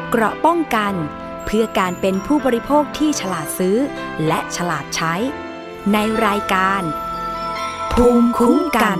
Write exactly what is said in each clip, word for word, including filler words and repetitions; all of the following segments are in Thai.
เกราะป้องกันเพื่อการเป็นผู้บริโภคที่ฉลาดซื้อและฉลาดใช้ในรายการภูมิคุ้มกัน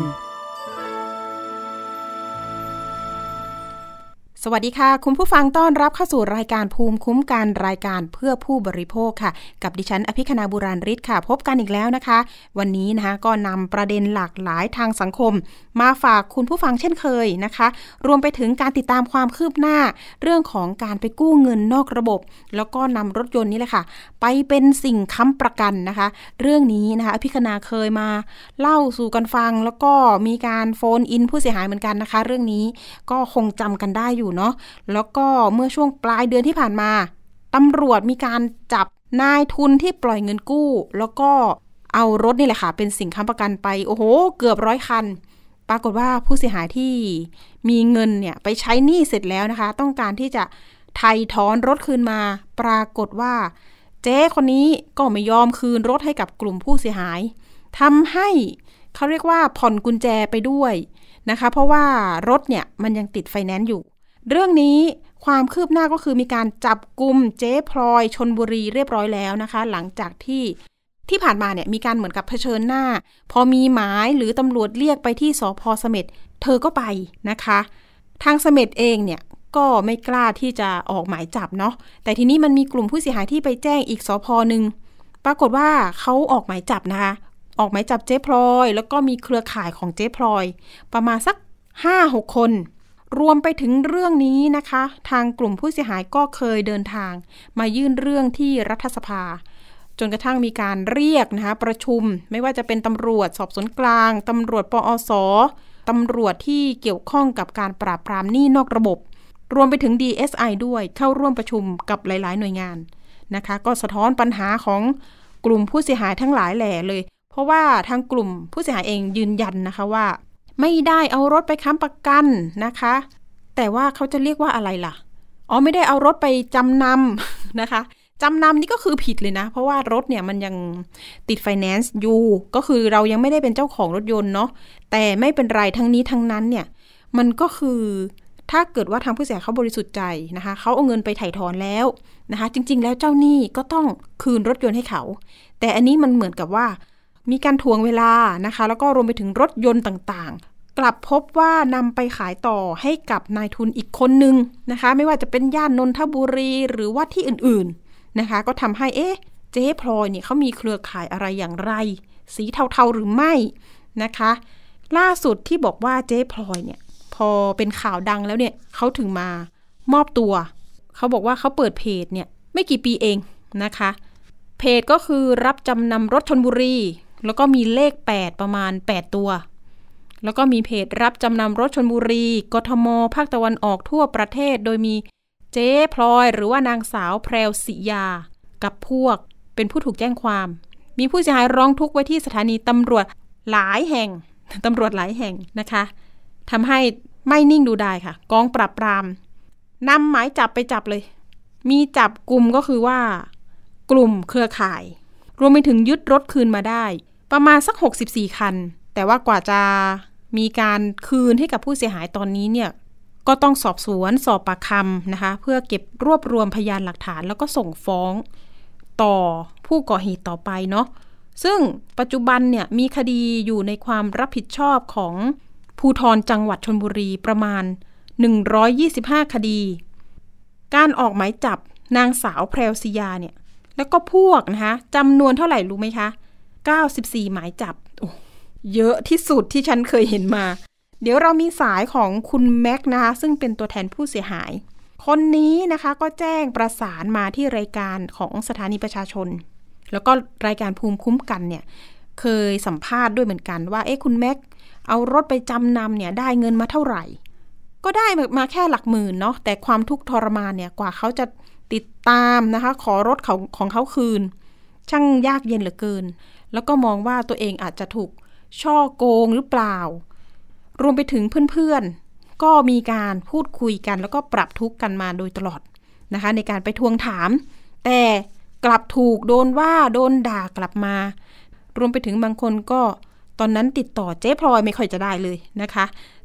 สวัสดีค่ะคุณผู้ฟังต้อนรับเข้าสู่รายการภูมิคุ้มกันรายการเพื่อผู้บริโภคค่ะกับดิฉันอภิคณาบุราริศค่ะพบกันอีกแล้วนะคะวันนี้นะคะก็นำประเด็นหลากหลายทางสังคมมาฝากคุณผู้ฟังเช่นเคยนะคะรวมไปถึงการติดตามความคืบหน้าเรื่องของการไปกู้เงินนอกระบบแล้วก็นำรถยนต์นี่แหละค่ะไปเป็นสิ่งค้ำประกันนะคะเรื่องนี้นะคะอภิคณาเคยมาเล่าสู่กันฟังแล้วก็มีการโฟนอินผู้เสียหายเหมือนกันนะคะเรื่องนี้ก็คงจำกันได้อยู่เนาะแล้วก็เมื่อช่วงปลายเดือนที่ผ่านมาตำรวจมีการจับนายทุนที่ปล่อยเงินกู้แล้วก็เอารถนี่แหละค่ะเป็นสิ่งค้ำประกันไปโอ้โหเกือบร้อยคันปรากฏว่าผู้เสียหายที่มีเงินเนี่ยไปใช้หนี้เสร็จแล้วนะคะต้องการที่จะไถ่ถอนรถคืนมาปรากฏว่าเจ๊คนนี้ก็ไม่ยอมคืนรถให้กับกลุ่มผู้เสียหายทำให้เขาเรียกว่าผ่อนกุญแจไปด้วยนะคะเพราะว่ารถเนี่ยมันยังติดไฟแนนซ์อยู่เรื่องนี้ความคืบหน้าก็คือมีการจับกุมเจ๊พลอยชลบุรีเรียบร้อยแล้วนะคะหลังจากที่ที่ผ่านมาเนี่ยมีการเหมือนกับเผชิญหน้าพอมีหมายหรือตำรวจเรียกไปที่สภ.เสม็ดเธอก็ไปนะคะทางเสม็ดเองเนี่ยก็ไม่กล้าที่จะออกหมายจับเนาะแต่ทีนี้มันมีกลุ่มผู้เสียหายที่ไปแจ้งอีกสภ.นึงปรากฏว่าเขาออกหมายจับนะคะออกหมายจับเจ๊พลอยแล้วก็มีเครือข่ายของเจ๊พลอยประมาณสัก ห้าหก คนรวมไปถึงเรื่องนี้นะคะทางกลุ่มผู้เสียหายก็เคยเดินทางมายื่นเรื่องที่รัฐสภาจนกระทั่งมีการเรียกนะคะประชุมไม่ว่าจะเป็นตำรวจสอบสวนกลางตำรวจปอสตำรวจที่เกี่ยวข้องกับการปราบปรามหนี้นอกระบบรวมไปถึง ดี เอส ไอ ด้วยเข้าร่วมประชุมกับหลายๆหน่วยงานนะคะก็สะท้อนปัญหาของกลุ่มผู้เสียหายทั้งหลายแหล่เลยเพราะว่าทางกลุ่มผู้เสียหายเองยืนยันนะคะว่าไม่ได้เอารถไปค้ำประกันนะคะแต่ว่าเขาจะเรียกว่าอะไรล่ะอ๋อไม่ได้เอารถไปจำนำนะคะจำนำนี่ก็คือผิดเลยนะเพราะว่ารถเนี่ยมันยังติดไฟแนนซ์อยู่ก็คือเรายังไม่ได้เป็นเจ้าของรถยนต์เนาะแต่ไม่เป็นไรทั้งนี้ทั้งนั้นเนี่ยมันก็คือถ้าเกิดว่าทางผู้เสียหายเขาบริสุทธิ์ใจนะคะเขาเอาเงินไปไถ่ถอนแล้วนะคะจริงๆแล้วเจ้าหนี้ก็ต้องคืนรถยนต์ให้เขาแต่อันนี้มันเหมือนกับว่ามีการทวงเวลานะคะแล้วก็รวมไปถึงรถยนต์ต่างๆกลับพบว่านำไปขายต่อให้กับนายทุนอีกคนนึงนะคะไม่ว่าจะเป็นย่านนนทบุรีหรือว่าที่อื่นๆนะคะก็ทำให้เอ๊ะเจ๊พลอยเนี่ยเขามีเครือข่ายอะไรอย่างไรสีเทาๆหรือไม่นะคะล่าสุดที่บอกว่าเจ๊พลอยเนี่ยพอเป็นข่าวดังแล้วเนี่ยเขาถึงมามอบตัวเขาบอกว่าเขาเปิดเพจเนี่ยไม่กี่ปีเองนะคะเพจก็คือรับจำนำรถชลบุรีแล้วก็มีเลขแปดประมาณแปดตัวแล้วก็มีเพจรับจำนำรถชลบุรีกทมภาคตะวันออกทั่วประเทศโดยมีเจ๊พลอยหรือว่านางสาวแพรวศิยากับพวกเป็นผู้ถูกแจ้งความมีผู้เสียหายร้องทุกข์ไว้ที่สถานีตำรวจหลายแห่งตำรวจหลายแห่งนะคะทำให้ไม่นิ่งดูดายค่ะกองปราบปรามนำหมายจับไปจับเลยมีจับกลุ่มก็คือว่ากลุ่มเครือข่ายรวมไปถึงยึดรถคืนมาได้ประมาณสักหกสิบสี่คันแต่ว่ากว่าจะมีการคืนให้กับผู้เสียหายตอนนี้เนี่ยก็ต้องสอบสวนสอบปากคำนะคะเพื่อเก็บรวบรวมพยานหลักฐานแล้วก็ส่งฟ้องต่อผู้ก่อเหตุต่อไปเนาะซึ่งปัจจุบันเนี่ยมีคดีอยู่ในความรับผิดชอบของภูธรจังหวัดชลบุรีประมาณหนึ่งร้อยยี่สิบห้าคดีการออกหมายจับนางสาวแพรวศิยาเนี่ยแล้วก็พวกนะคะจำนวนเท่าไหร่รู้ไหมคะเก้าสิบสี่หมายจับโอ้เยอะที่สุดที่ฉันเคยเห็นมาเดี๋ยวเรามีสายของคุณแม็กนะคะซึ่งเป็นตัวแทนผู้เสียหายคนนี้นะคะก็แจ้งประสานมาที่รายการของสถานีประชาชนแล้วก็รายการภูมิคุ้มกันเนี่ยเคยสัมภาษณ์ด้วยเหมือนกันว่าเอ๊ะคุณแม็กเอารถไปจำนำเนี่ยได้เงินมาเท่าไหร่ก็ได้มาแค่หลักหมื่นเนาะแต่ความทุกข์ทรมานเนี่ยกว่าเขาจะติดตามนะคะขอรถของของเขาคืนช่างยากเย็นเหลือเกินแล้วก็มองว่าตัวเองอาจจะถูกช่อโกงหรือเปล่ารวมไปถึงเพื่อนๆก็มีการพูดคุยกันแล้วก็ปรับทุกข์กันมาโดยตลอดนะคะในการไปทวงถามแต่กลับถูกโดนว่าโดนด่ากลับมารวมไปถึงบางคนก็ตอนนั้นติดต่อเจ๊พลอยไม่ค่อยจะได้เลยนะคะ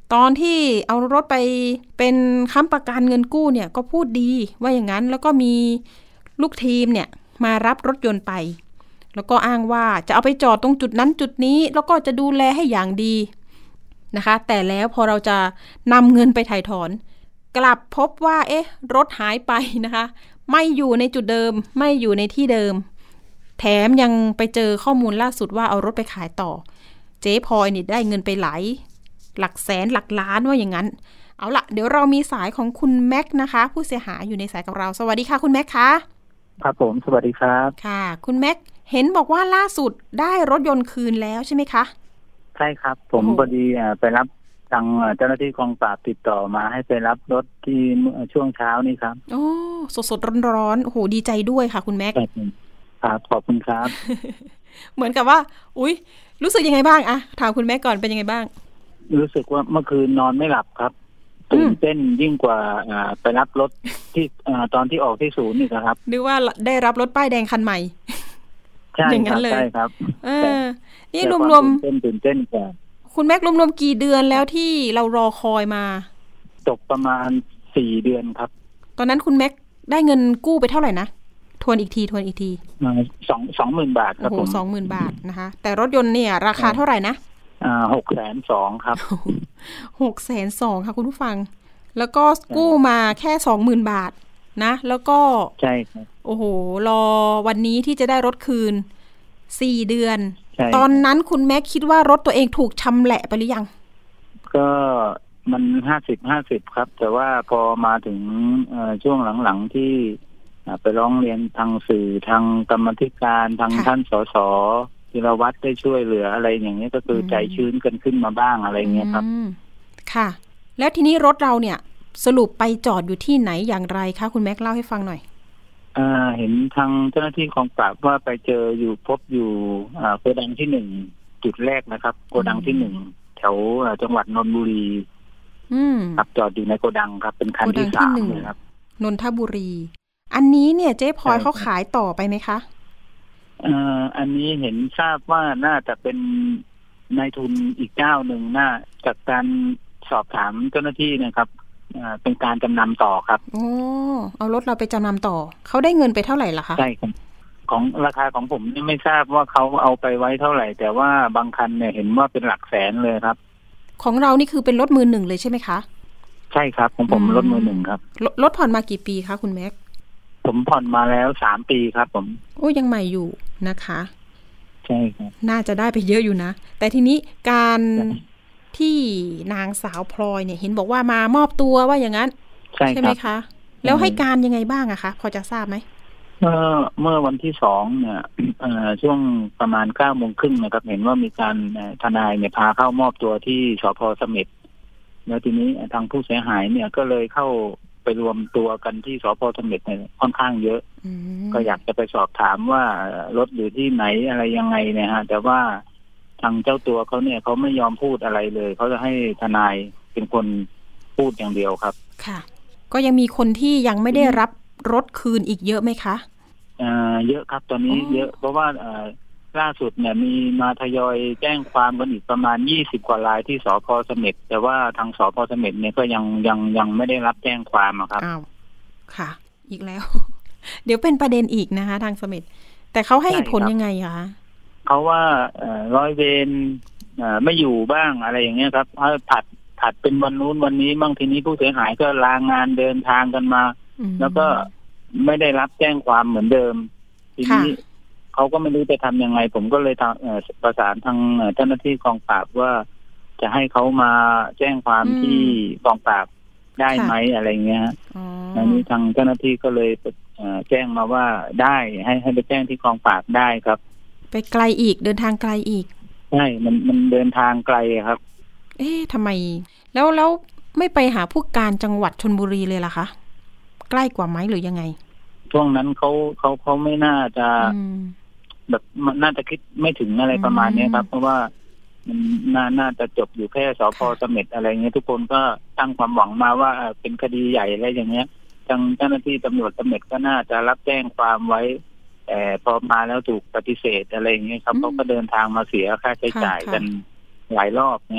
ตอนที่เอารถไปเป็นค้ำประกันเงินกู้เนี่ยก็พูดดีว่าอย่างนั้นแล้วก็มีลูกทีมเนี่ยมารับรถยนต์ไปแล้วก็อ้างว่าจะเอาไปจอดตรงจุดนั้นจุดนี้แล้วก็จะดูแลให้อย่างดีนะคะแต่แล้วพอเราจะนำเงินไปถ่ายถอนกลับพบว่าเอ๊ะรถหายไปนะคะไม่อยู่ในจุดเดิมไม่อยู่ในที่เดิมแถมยังไปเจอข้อมูลล่าสุดว่าเอารถไปขายต่อเจ๊พลอยนี่ได้เงินไปหลายหลักแสนหลักล้านว่าอย่างนั้นเอาละเดี๋ยวเรามีสายของคุณแม็กนะคะผู้เสียหายอยู่ในสายกับเราสวัสดีค่ะคุณแม็กคะครับผมสวัสดีครับค่ะคุณแม็กเห็นบอกว่าล่าสุดได้รถยนต์คืนแล้วใช่ไหมคะใช่ครับผมพอดีไปรับทางเจ้าหน้าที่กองปราบติดต่อมาให้ไปรับรถที่ช่วงเช้านี้ครับโอ้สดสดร้อนๆโอ้โหดีใจด้วยค่ะคุณแม็กครับขอบคุณครับเหมือนกับว่าอุ๊ยรู้สึกยังไงบ้างอะถามคุณแม็กก่อนเป็นยังไงบ้างรู้สึกว่าเมื่อคืนนอนไม่หลับครับตื่นเต้นยิ่งกว่าไปรับรถที่ตอนที่ออกที่ศูนย์นี่ครับนึกว่าได้รับรถป้ายแดงคันใหม่ใช่อย่างนั้นเลยใช่ครับเออนี่รวมๆตื่นเต้นตื่นเต้นกว่าคุณแม็กรวมๆกี่เดือนแล้วที่เรารอคอยมาตกประมาณสี่เดือนครับตอนนั้นคุณแม็กได้เงินกู้ไปเท่าไหร่นะทวนอีกทีทวนอีกทีสองสองหมื่นบาทครับผมสองหมื่นบาทนะคะแต่รถยนต์เนี่ยราคาเท่าไหร่นะอ่าหกแสนสองครับหกแสนสองค่ะคุณผู้ฟังแล้วก็กู้มาแค่สองหมื่นบาทนะแล้วก็ใช่ครับโอ้โหรอวันนี้ที่จะได้รถคืนสี่เดือนตอนนั้นคุณแม็กคิดว่ารถตัวเองถูกชำแหละไปหรือยังก็มันห้าสิบห้าสิบครับแต่ว่าพอมาถึงช่วงหลังๆที่ไปร้องเรียนทางสื่อทางกรรมธิการทางท่านสสธีรวัตรได้ช่วยเหลืออะไรอย่างนี้ก็คือใจชื้นกันขึ้นมาบ้างอะไรเงี้ยครับค่ะแล้วทีนี้รถเราเนี่ยสรุปไปจอดอยู่ที่ไหนอย่างไรคะคุณแม็กเล่าให้ฟังหน่อยอ่าเห็นทางเจ้าหน้าที่กองปราบว่าไปเจออยู่พบอยู่อ่าโกดังที่หนึ่งจุดแรกนะครับโกดังที่หนึ่งแถวจังหวัดนนทบุรีครับจอดอยู่ในโกดังครับเป็นคันที่สามนะครับนนทบุรีอันนี้เนี่ยเจ๊พลอยเขาขายต่อไปไหมคะอ่าอันนี้เห็นทราบว่าน่าจะเป็นนายทุนอีกเจ้าหนึ่งน่าจากการสอบถามเจ้าหน้าที่นะครับเป็นการจำนำต่อครับโอ้เอารถเราไปจำนำต่อเขาได้เงินไปเท่าไหร่ล่ะคะใช่ครับของราคาของผมนี่ไม่ทราบว่าเขาเอาไปไว้เท่าไหร่แต่ว่าบางคันเนี่ยเห็นว่าเป็นหลักแสนเลยครับของเรานี่คือเป็นรถมือหนึ่งเลยใช่ไหมคะใช่ครับของผมรถมือหนึ่งครับรถผ่อนมากี่ปีคะคุณแม็กผมผ่อนมาแล้วสามปีครับผมโอ้ยังใหม่อยู่นะคะใช่ครับน่าจะได้ไปเยอะอยู่นะแต่ทีนี้การที่นางสาวพลอยเนี่ยเห็นบอกว่ามามอบตัวว่าอย่างนั้นใช่ใช่ไหมคะแล้วให้การยังไงบ้างอะคะพอจะทราบไหมเมื่อเมื่อวันที่สองเนี่ยช่วงประมาณเก้าโมงครึ่งนะครับเห็นว่ามีการทนายเนี่ยพาเข้ามอบตัวที่สภ.เสม็ดแล้วทีนี้ทางผู้เสียหายเนี่ยก็เลยเข้าไปรวมตัวกันที่สภ.เสม็ดเนี่ยค่อนข้างเยอะก็อยากจะไปสอบถามว่ารถอยู่ที่ไหนอะไรยังไงเนี่ยฮะแต่ว่าทางเจ้าตัวเขาเนี่ยเขาไม่ยอมพูดอะไรเลยเขาจะให้ทนายเป็นคนพูดอย่างเดียวครับค่ะก็ยังมีคนที่ยังไม่ได้รับรถคืนอีกเยอะไหมคะอ่าเยอะครับตอนนี้เยอะเพราะว่าอ่าล่าสุดเนี่ยมีมาทยอยแจ้งความกันอีกประมาณยี่สิบกว่ารายที่สภ.เสม็ดแต่ว่าทางสภ.เสม็ดเนี่ยก็ยังยังยังไม่ได้รับแจ้งความครับอ้าวค่ะอีกแล้ว เดี๋ยวเป็นประเด็นอีกนะคะทางเสม็ดแต่เขาให้เหตุผลยังไงคะเขาว่าร้อยเวรไม่อยู่บ้างอะไรอย่างเงี้ยครับผัดผัดเป็นวันนู้นวันนี้บางทีนี้ผู้เสียหายก็ลางานเดินทางกันมาแล้วก็ไม่ได้รับแจ้งความเหมือนเดิมทีนี้เขาก็ไม่รู้จะทำยังไงผมก็เลยประสานทางเจ้าหน้าที่กองปราบว่าจะให้เขามาแจ้งความที่กองปราบได้ไหมอะไรเงี้ยอันนี้ทางเจ้าหน้าที่ก็เลยแจ้งมาว่าได้ให้ให้ไปแจ้งที่กองปราบได้ครับไปไกลอีกเดินทางไกลอีกใช่มันมันเดินทางไกลครับเอ๊ะทำไมแล้วแล้วไม่ไปหาผู้การจังหวัดชลบุรีเลยล่ะคะใกล้กว่าไหมหรือยังไงช่วงนั้นเขาเขาเขาไม่น่าจะแบบน่าจะคิดไม่ถึงอะไรประมาณนี้ครับเพราะว่ามันน่าน่าจะจบอยู่แค่สภ.เสม็ดอะไรเงี้ยทุกคนก็ตั้งความหวังมาว่าเป็นคดีใหญ่อะไรอย่างเงี้ยทางเจ้าหน้าที่ตำรวจเสม็ดก็น่าจะรับแจ้งความไว้แต่พอมาแล้วถูกปฏิเสธอะไรอย่างเงี้ยครับเขาก็เดินทางมาเสียค่าใช้จ่ายกันหลายรอบเนี้ย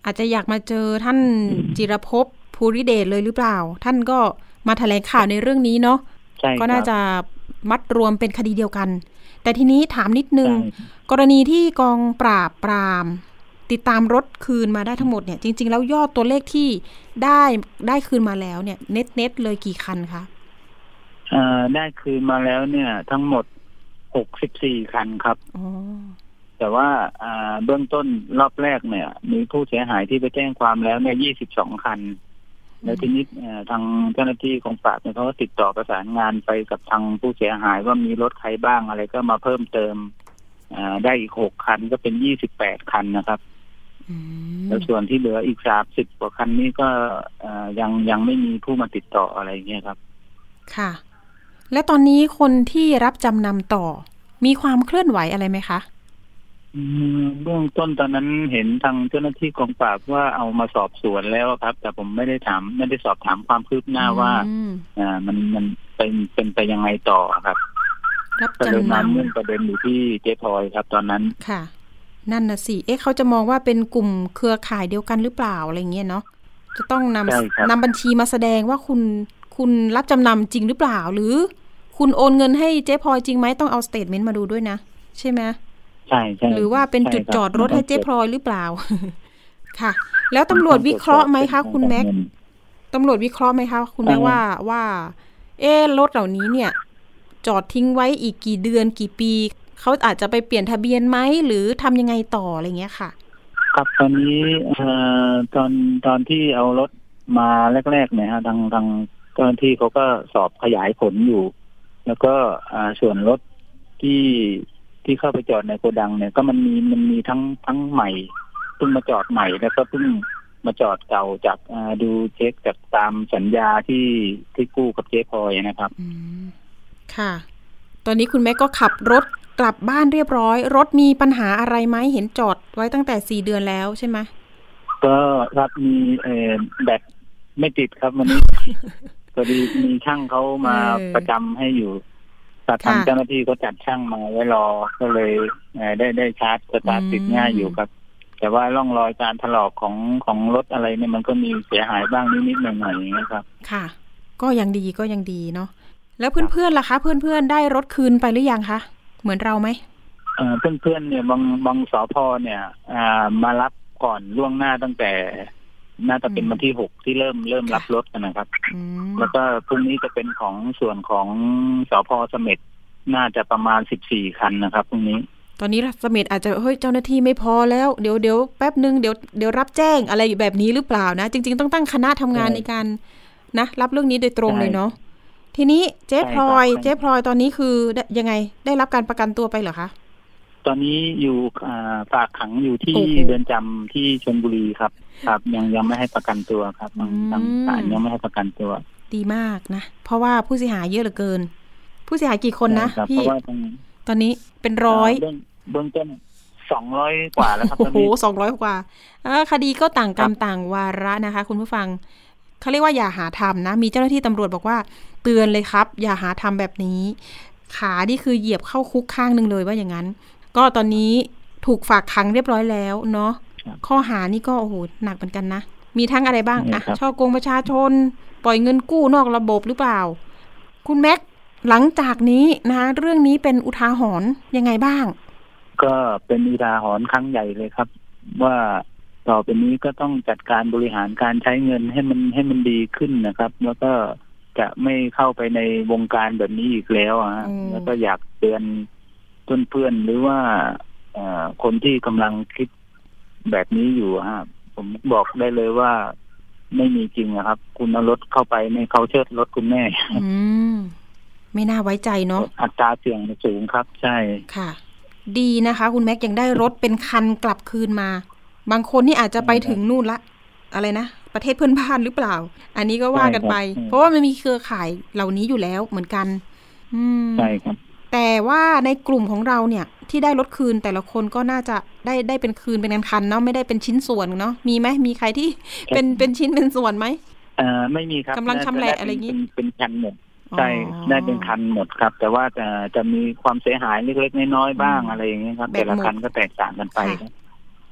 อาจจะอยากมาเจอท่านจิรภพภูริเดชเลยหรือเปล่าท่านก็มาแถลงข่าวในเรื่องนี้เนาะก็น่าจะมัดรวมเป็นคดีเดียวกันแต่ทีนี้ถามนิดนึงกรณีที่กองปราบปรามติดตามรถคืนมาได้ทั้งหมดเนี่ยจริงๆแล้วยอดตัวเลขที่ได้ได้คืนมาแล้วเนี่ยเน็ตเน็ตเลยกี่คันคะอ่าได้คืนมาแล้วเนี่ยทั้งหมดหกสิบสี่คันครับอ๋อแต่ว่าอ่าเบื้องต้นรอบแรกเนี่ยมีผู้เสียหายที่ไปแจ้งความแล้วเนี่ยยี่สิบสองคันแล้วทีนี้ทางเจ้าหน้าที่ของปราบเนี่ยเขาก็ติดต่อประสานงานไปกับทางผู้เสียหายว่ามีรถใครบ้างอะไรก็มาเพิ่มเติมได้อีกหกคันก็เป็นยี่สิบแปดคันนะครับแล้วส่วนที่เหลืออีกสามสิบกว่าคันนี้ก็ยังยังไม่มีผู้มาติดต่ออะไรเงี้ยครับค่ะและตอนนี้คนที่รับจำนำต่อมีความเคลื่อนไหวอะไรไหมคะเบื้องต้นตอนนั้นเห็นทางเจ้าหน้าที่กองปราบว่าเอามาสอบสวนแล้วครับแต่ผมไม่ได้ถามไม่ได้สอบถามความคืบหน้าว่าอ่ามันมันเป็นเป็นไปยังไงต่อครับรับจำนำเรื่องประเด็นอยู่ที่เจ๊พลอยครับตอนนั้นค่ะนั่นน่ะสิเอ๊ะเขาจะมองว่าเป็นกลุ่มเครือข่ายเดียวกันหรือเปล่าอะไรเงี้ยเนาะจะต้องนำนำบัญชีมาแสดงว่าคุณคุณรับจำนำจริงหรือเปล่าหรือคุณโอนเงินให้เจ๊พลอยจริงไหมต้องเอาสเตทเมนต์มาดูด้วยนะใช่ไหมใช่ใช่หรือว่าเป็นจุดจอดรถให้เจ๊พลอยหรือเปล่าค่ะแล้วตำรวจวิเคราะห์ไหมคะคุณแม็กตำรวจวิเคราะห์ไหมคะคุณแม็กว่าว่าเอ๊ะรถเหล่านี้เนี่ยจอดทิ้งไว้อีกกี่เดือนกี่ปีเขาอาจจะไปเปลี่ยนทะเบียนไหมหรือทำยังไงต่ออะไรเงี้ยค่ะครับตอนนี้เอ่อตอนตอนที่เอารถมาแรกๆเนี่ยฮะทางทางเจ้าหน้าที่เขาก็สอบขยายผลอยู่แล้วก็อ่าส่วนรถที่ที่เข้าไปจอดในโกดังเนี่ยก็มันมีมันมีทั้งทั้งใหม่เพิ่งมาจอดใหม่แล้วก็เพิ่งมาจอดเก่าจากอ่าดูเช็คจากตามสัญญาที่ที่กู้กับเจ๊พลอยนะครับอืมค่ะตอนนี้คุณแม่ก็ขับรถกลับบ้านเรียบร้อยรถมีปัญหาอะไรไหมเห็นจอดไว้ตั้งแต่สี่เดือนแล้วใช่ไหมก็ครับมีเอ่อแบตไม่ติดครับวันนี้ พอดีมีช่างเขามาประจำให้อยู่ทางเจ้าหน้าที่ก็จัดช่างมาไว้รอก็เลยได้ได้ชาร์จสตาร์ทติดง่ายอยู่ครับแต่ว่าร่องรอยการถลอกของของรถอะไรเนี่ยมันก็มีเสียหายบ้างนิดๆหน่อยๆอย่างเงี้ยครับค่ะก็ยังดีก็ยังดีเนาะแล้วเพื่อนๆล่ะคะเพื่อนๆได้รถคืนไปหรือยังคะเหมือนเราไหมเอ่อเพื่อนๆเนี่ยบางบางสพเนี่ยอ่ามารับก่อนล่วงหน้าตั้งแต่น่าจะเป็นวันที่หกที่เริ่มเริ่มรับรถกันนะครับแล้วก็พรุ่งนี้จะเป็นของส่วนของสพ.เสม็ดน่าจะประมาณสิบสี่คันนะครับพรุ่งนี้ตอนนี้เสม็ดอาจจะเฮ้ยเจ้าหน้าที่ไม่พอแล้วเดี๋ยวเดี๋ยวแป๊บนึงเดี๋ยวเดี๋ยวรับแจ้งอะไรแบบนี้หรือเปล่านะจริงๆต้องตั้งคณะทำงานในการนะรับเรื่องนี้โดยตรงเลยเนาะทีนี้เจ๊พลอยเจ๊พลอยตอนนี้คือยังไงได้รับการประกันตัวไปเหรอคะตอนนี้อยู่ฝากขังอยู่ที่เรือนจำที่ชลบุรีครับครับยังยังไม่ให้ประกันตัวครับทางศาลยังไม่ให้ประกันตัวดีมากนะเพราะว่าผู้เสียหายเยอะเหลือเกินผู้เสียหายกี่คนนะพี่ตอนนี้เป็นร้อยเบื้องต้นสองร้อยกว่าแล้วครับตอนนี้โอ้โหสองร้อยกว่าคดีก็ต่างกรรมต่างวาระนะคะคุณผู้ฟังเขาเรียกว่าอย่าหาทำนะมีเจ้าหน้าที่ตำรวจบอกว่าเตือนเลยครับอย่าหาทำแบบนี้ขานี่คือเหยียบเข้าคุกข้างนึงเลยว่าอย่างนั้นก็ตอนนี้ถูกฝากขังเรียบร้อยแล้วเนาะข้อหานี่ก็โอ้โหหนักเหมือนกันนะมีทั้งอะไรบ้างอะช่อโกงประชาชนปล่อยเงินกู้นอกระบบหรือเปล่าคุณแม็กหลังจากนี้นะเรื่องนี้เป็นอุทาหรณ์ยังไงบ้างก็เป็นอุทาหรณ์ครั้งใหญ่เลยครับว่าต่อไปนี้ก็ต้องจัดการบริหารการใช้เงินให้มันให้มันดีขึ้นนะครับแล้วก็จะไม่เข้าไปในวงการแบบนี้อีกแล้วอ่ะแล้วก็อยากเตือนเพื่อนๆหรือว่าคนที่กำลังคิดแบบนี้อยู่ฮะผมบอกได้เลยว่าไม่มีจริงครับคุณเอารถเข้าไปในเขาเชิดรถคุณแม่อืมไม่น่าไว้ใจเนาะอัตราเสี่ยงสูงครับใช่ค่ะดีนะคะคุณแม็กยังได้รถเป็นคันกลับคืนมาบางคนนี่อาจจะไปถึงนู่นละอะไรนะประเทศเพื่อนบ้านหรือเปล่าอันนี้ก็ว่ากันไปเพราะว่ามันมีเครือข่ายเหล่านี้อยู่แล้วเหมือนกันอืมใช่ครับแต่ว่าในกลุ่มของเราเนี่ยที่ได้รถคืนแต่ละคนก็น่าจะได้ได้เป็นคืนเป็นคันๆเนาะไม่ได้เป็นชิ้นส่วนเนาะมีไหมมีใครที่เป็นเป็นชิ้นเป็นส่วนไหมเอ่อไม่มีครับกำลังชำแหละอะไรอย่างนี้เป็นคันหมดใช่ได้เป็นคันหมดครับแต่ว่าจะจะมีความเสียหายเล็กๆน้อยๆบ้างอะไรอย่างเงี้ยครับแต่ละคันก็แตกต่างกันไปครับ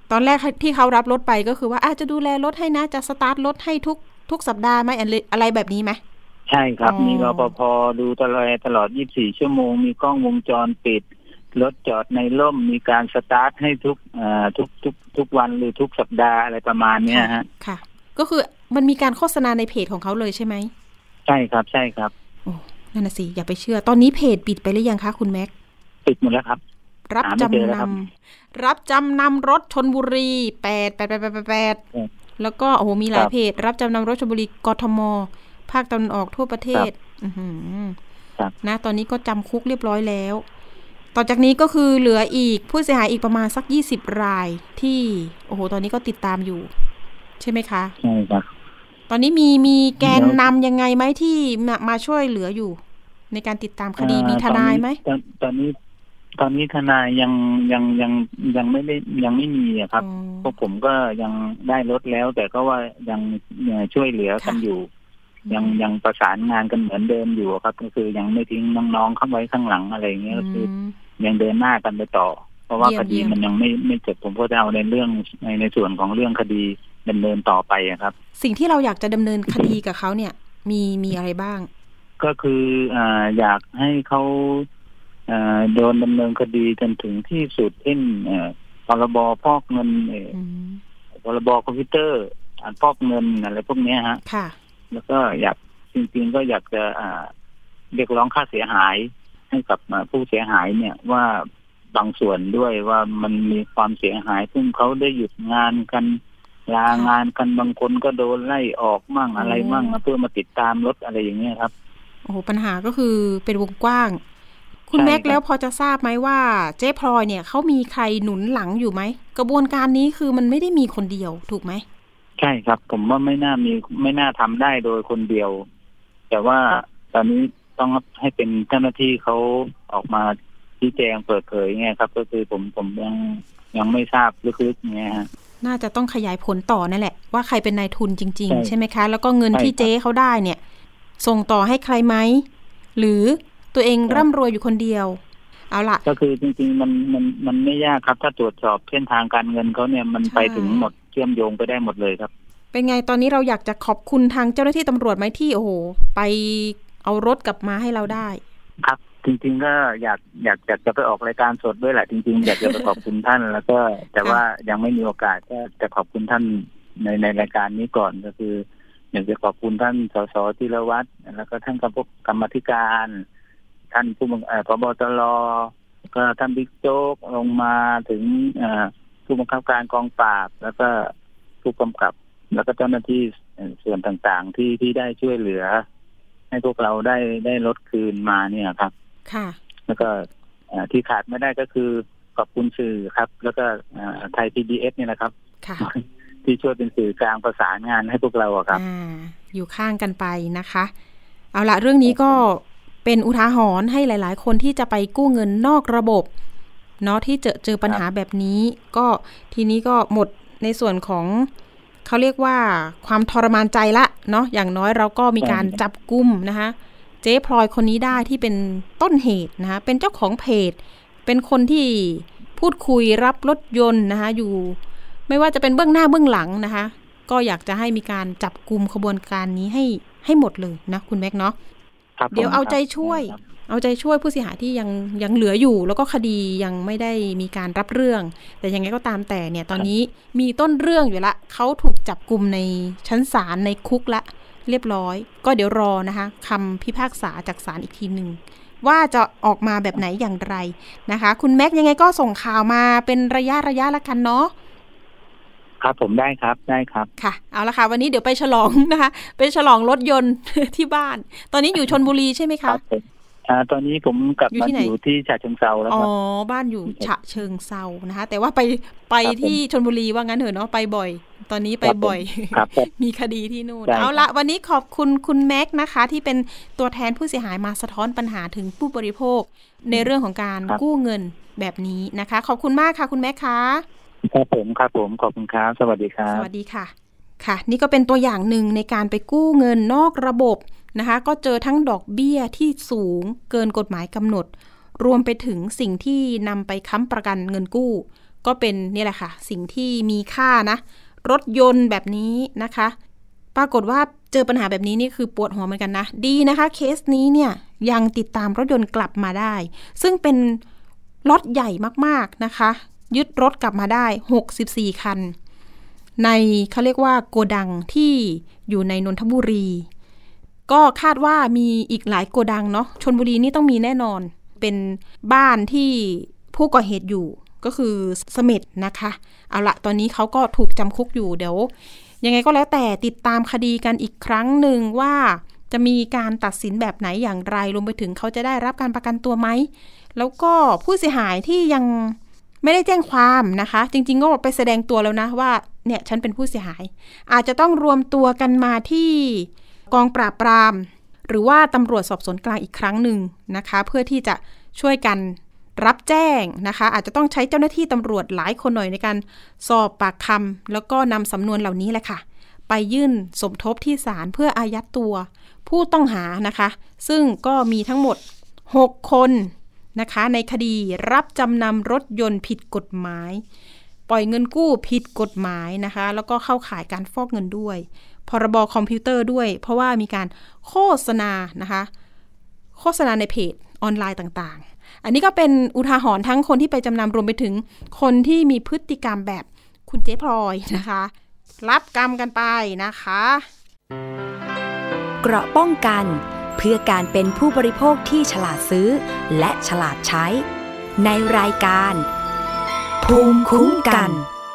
ตอนแรกที่เขารับรถไปก็คือว่าอาจจะดูแลรถให้นะจะสตาร์ทรถให้ทุกทุกสัปดาห์ไหมอะไรแบบนี้ไหมใช่ครับมีรปภ.ดูตลอดตลอดยี่สิบสี่ชั่วโมงมีกล้องวงจรปิดรถจอดในร่มมีการสตาร์ทให้ทุกเอ่อทุกทุกทุกวันหรือทุกสัปดาห์อะไรประมาณนี้ฮะค่ะก็คือมันมีการโฆษณาในเพจของเขาเลยใช่ไหมใช่ครับใช่ครับโอ้นั่นน่ะสิอย่าไปเชื่อตอนนี้เพจปิดไปหรือยังคะคุณแม็กปิดหมดแล้วครับรับจำนำรับจำนำรถชลบุรีแปดแปดแปดแปดแปดแล้วก็โอ้โหมีหลายเพจรับจำนำรถชลบุรีกทมภาคตะวันออกทั่วประเทศอือหือนะตอนนี้ก็จำคุกเรียบร้อยแล้วต่อจากนี้ก็คือเหลืออีกผู้เสียหายอีกประมาณสักยี่สิบรายที่โอ้โหตอนนี้ก็ติดตามอยู่ใช่ไหมคะใช่ครับตอนนี้มีมีแกนนำยังไงไหมที่มามาช่วยเหลืออยู่ในการติดตามคดีมีทนายไหมตอนนี้ตอนนี้ทนายยังยังยังยังไม่ได้ยังไม่มีครับพวกผมก็ยังได้ลดแล้วแต่ก็ว่ายังช่วยเหลือกันอยู่ยังยังประสานงานกันเหมือนเดิมอยู่ครับก็คือยังไม่ทิ้งน้องๆเข้าไว้ข้างหลังอะไรอย่างเงี้ยก็คือยังเดินหน้ากันไปต่อเพราะว่าคดีมันยังไม่ไม่จบผมก็จะเอาในเรื่องในในส่วนของเรื่องคดีดำเนินต่อไปครับสิ่งที่เราอยากจะดำเนินคดีกับเขาเนี่ยมีมีอะไรบ้างก็คืออ่าอยากให้เขาอ่าโดนดำเนินคดีจนถึงที่สุดเช่นพรบฟอกเงินพรบคอมพิวเตอร์อ่านฟอกเงินอะไรพวกนี้ฮะค่ะแล้วก็อยากจริงๆก็อยากจะเรียกร้องค่าเสียหายให้กับผู้เสียหายเนี่ยว่าบางส่วนด้วยว่ามันมีความเสียหายซึ่งเขาได้หยุดงานกันลางานกันบางคนก็โดนไล่ออกมั่งอะไรมั่งเพื่อมาติดตามรถอะไรอย่างเงี้ยครับโอ้โหปัญหาก็คือเป็นวงกว้างคุณแม็กแล้วพอจะทราบไหมว่าเจ๊พลอยเนี่ยเขามีใครหนุนหลังอยู่ไหมกระบวนการนี้คือมันไม่ได้มีคนเดียวถูกไหมใช่ครับผมว่าไม่น่ามีไม่น่าทำได้โดยคนเดียวแต่ว่าตอนนี้ต้องให้เป็นเจ้าหน้าที่เขาออกมาชี้แจงเปิดเผยไงครับก็คือผมผมยังยังไม่ทราบลึกๆไงฮะน่าจะต้องขยายผลต่อนั่นแหละว่าใครเป็นนายทุนจริงๆใช่ไหมคะแล้วก็เงินที่เจ๊เขาได้เนี่ยส่งต่อให้ใครไหมหรือตัวเองร่ำรวยอยู่คนเดียวเอาล่ะก็คือจริงๆมันมันมันไม่ยากครับถ้าตรวจสอบเส้นทางการเงินเขาเนี่ยมันไปถึงหมดเชื่อมโยงไปได้หมดเลยครับเป็นไงตอนนี้เราอยากจะขอบคุณทางเจ้าหน้าที่ตำรวจไหมที่โอ้โหไปเอารถกลับมาให้เราได้ครับจริงๆก็อยากอยากอยากจะไปออกรายการสดด้วยแหละจริงๆอยากจะไปขอบคุณท่านแล้วก็แต่ว่ายังไม่มีโอกาสก็จะขอบคุณท่านในในรายการนี้ก่อนก็คืออยากจะขอบคุณท่านสสธีรวัฒน์แล้วก็ท่านกรรมธิการท่านผู้บังคับผบ.ตร.ก็ท่านบิ๊กโจ๊กลงมาถึงผู้บังคับการกองปราบแล้วก็ผู้กำกับแล้วก็เจ้าหน้าที่ส่วนต่างๆที่ที่ได้ช่วยเหลือให้พวกเราได้ได้ลดคืนมาเนี่ยครับค่ะแล้วก็ที่ขาดไม่ได้ก็คือขอบคุณสื่อครับแล้วก็ไทย พี บี เอส เนี่ยนะครับค่ะที่ช่วยเป็นสื่อกลางประสานงานให้พวกเราครับอ่าอยู่ข้างกันไปนะคะเอาละเรื่องนี้ก็เป็นอุทาหรณ์ให้หลายๆคนที่จะไปกู้เงินนอกระบบเนาะที่เจอเจอปัญหาแบบนี้ก็ทีนี้ก็หมดในส่วนของเขาเรียกว่าความทรมานใจละเนาะอย่างน้อยเราก็มีการจับกุมนะคะเจ๊พลอยคนนี้ได้ที่เป็นต้นเหตุนะคะเป็นเจ้าของเพจเป็นคนที่พูดคุยรับรถยนต์นะคะอยู่ไม่ว่าจะเป็นเบื้องหน้าเบื้องหลังนะคะก็อยากจะให้มีการจับกุมขบวนการนี้ให้ให้หมดเลยนะคุณแม็กเนาะเดี๋ยวเอาใจช่วยเอาใจช่วยผู้เสียหายที่ยังยังเหลืออยู่แล้วก็คดียังไม่ได้มีการรับเรื่องแต่ยังไงก็ตามแต่เนี่ยตอนนี้มีต้นเรื่องอยู่ละเขาถูกจับกุมในชั้นศาลในคุกละเรียบร้อยก็เดี๋ยวรอนะคะคำพิพากษาจากศาลอีกทีหนึ่งว่าจะออกมาแบบไหนอย่างไรนะคะคุณแม็กยังไงก็ส่งข่าวมาเป็นระยะระยะละกันเนาะครับผมได้ครับได้ครับค่ะเอาละค่ะวันนี้เดี๋ยวไปฉลองนะคะไปฉลองรถยนต์ที่บ้านตอนนี้อยู่ชลบุรีใช่ไหมคะอ่าตอนนี้ผมกลับมาอยู่ที่ฉะเชิงเทราแล้วครับอ๋อบ้านอยู่ฉะเชิงเทรานะคะแต่ว่าไปไปที่ชลบุรีว่างั้นเถอะเนาะไปบ่อยตอนนี้ไปบ่อยมีคดีที่นู่นเอาละวันนี้ขอบคุณคุณแม็กนะคะที่เป็นตัวแทนผู้เสียหายมาสะท้อนปัญหาถึงผู้บริโภคในเรื่องของการกู้เงินแบบนี้นะคะขอบคุณมากค่ะคุณแม็กค่ะครับผมครับผมขอบคุณครับสวัสดีครับสวัสดีค่ะค่ะนี่ก็เป็นตัวอย่างหนึ่งในการไปกู้เงินนอกระบบนะคะก็เจอทั้งดอกเบี้ยที่สูงเกินกฎหมายกำหนดรวมไปถึงสิ่งที่นำไปค้ำประกันเงินกู้ก็เป็นนี่แหละค่ะสิ่งที่มีค่านะรถยนต์แบบนี้นะคะปรากฏว่าเจอปัญหาแบบนี้นี่คือปวดหัวเหมือนกันนะดีนะคะเคสนี้เนี่ยยังติดตามรถยนต์กลับมาได้ซึ่งเป็นล็อตใหญ่มากๆนะคะยึดรถกลับมาได้หกสิบสี่คันในเขาเรียกว่าโกดังที่อยู่ในนนทบุรีก็คาดว่ามีอีกหลายโกดังเนาะชลบุรีนี่ต้องมีแน่นอนเป็นบ้านที่ผู้ก่อเหตุอยู่ก็คือเสม็ดนะคะเอาละตอนนี้เขาก็ถูกจำคุกอยู่เดี๋ยวยังไงก็แล้วแต่ติดตามคดีกันอีกครั้งหนึ่งว่าจะมีการตัดสินแบบไหนอย่างไรรวมไปถึงเขาจะได้รับการประกันตัวไหมแล้วก็ผู้เสียหายที่ยังไม่ได้แจ้งความนะคะจริงๆก็ไปแสดงตัวแล้วนะว่าเนี่ยฉันเป็นผู้เสียหายอาจจะต้องรวมตัวกันมาที่กองปราบปรามหรือว่าตำรวจสอบสวนกลางอีกครั้งหนึ่งนะคะเพื่อที่จะช่วยกันรับแจ้งนะคะอาจจะต้องใช้เจ้าหน้าที่ตำรวจหลายคนหน่อยในการสอบปากคำแล้วก็นำสำนวนเหล่านี้แหละค่ะไปยื่นสมทบที่ศาลเพื่ออายัดตัวผู้ต้องหานะคะซึ่งก็มีทั้งหมดหกคนนะคะในคดีรับจำนำรถยนต์ผิดกฎหมายปล่อยเงินกู้ผิดกฎหมายนะคะแล้วก็เข้าข่ายการฟอกเงินด้วยพรบคอมพิวเตอร์ด้วยเพราะว่ามีการโฆษณานะคะโฆษณาในเพจออนไลน์ต่างๆอันนี้ก็เป็นอุทาหรณ์ทั้งคนที่ไปจำนำรวมไปถึงคนที่มีพฤติกรรมแบบคุณเจ๊พลอยนะคะรับกรรมกันไปนะคะเกราะป้องกันเพื่อการเป็นผู้บริโภคที่ฉลาดซื้อและฉลาดใช้ในรายการภูมิคุ้มกัน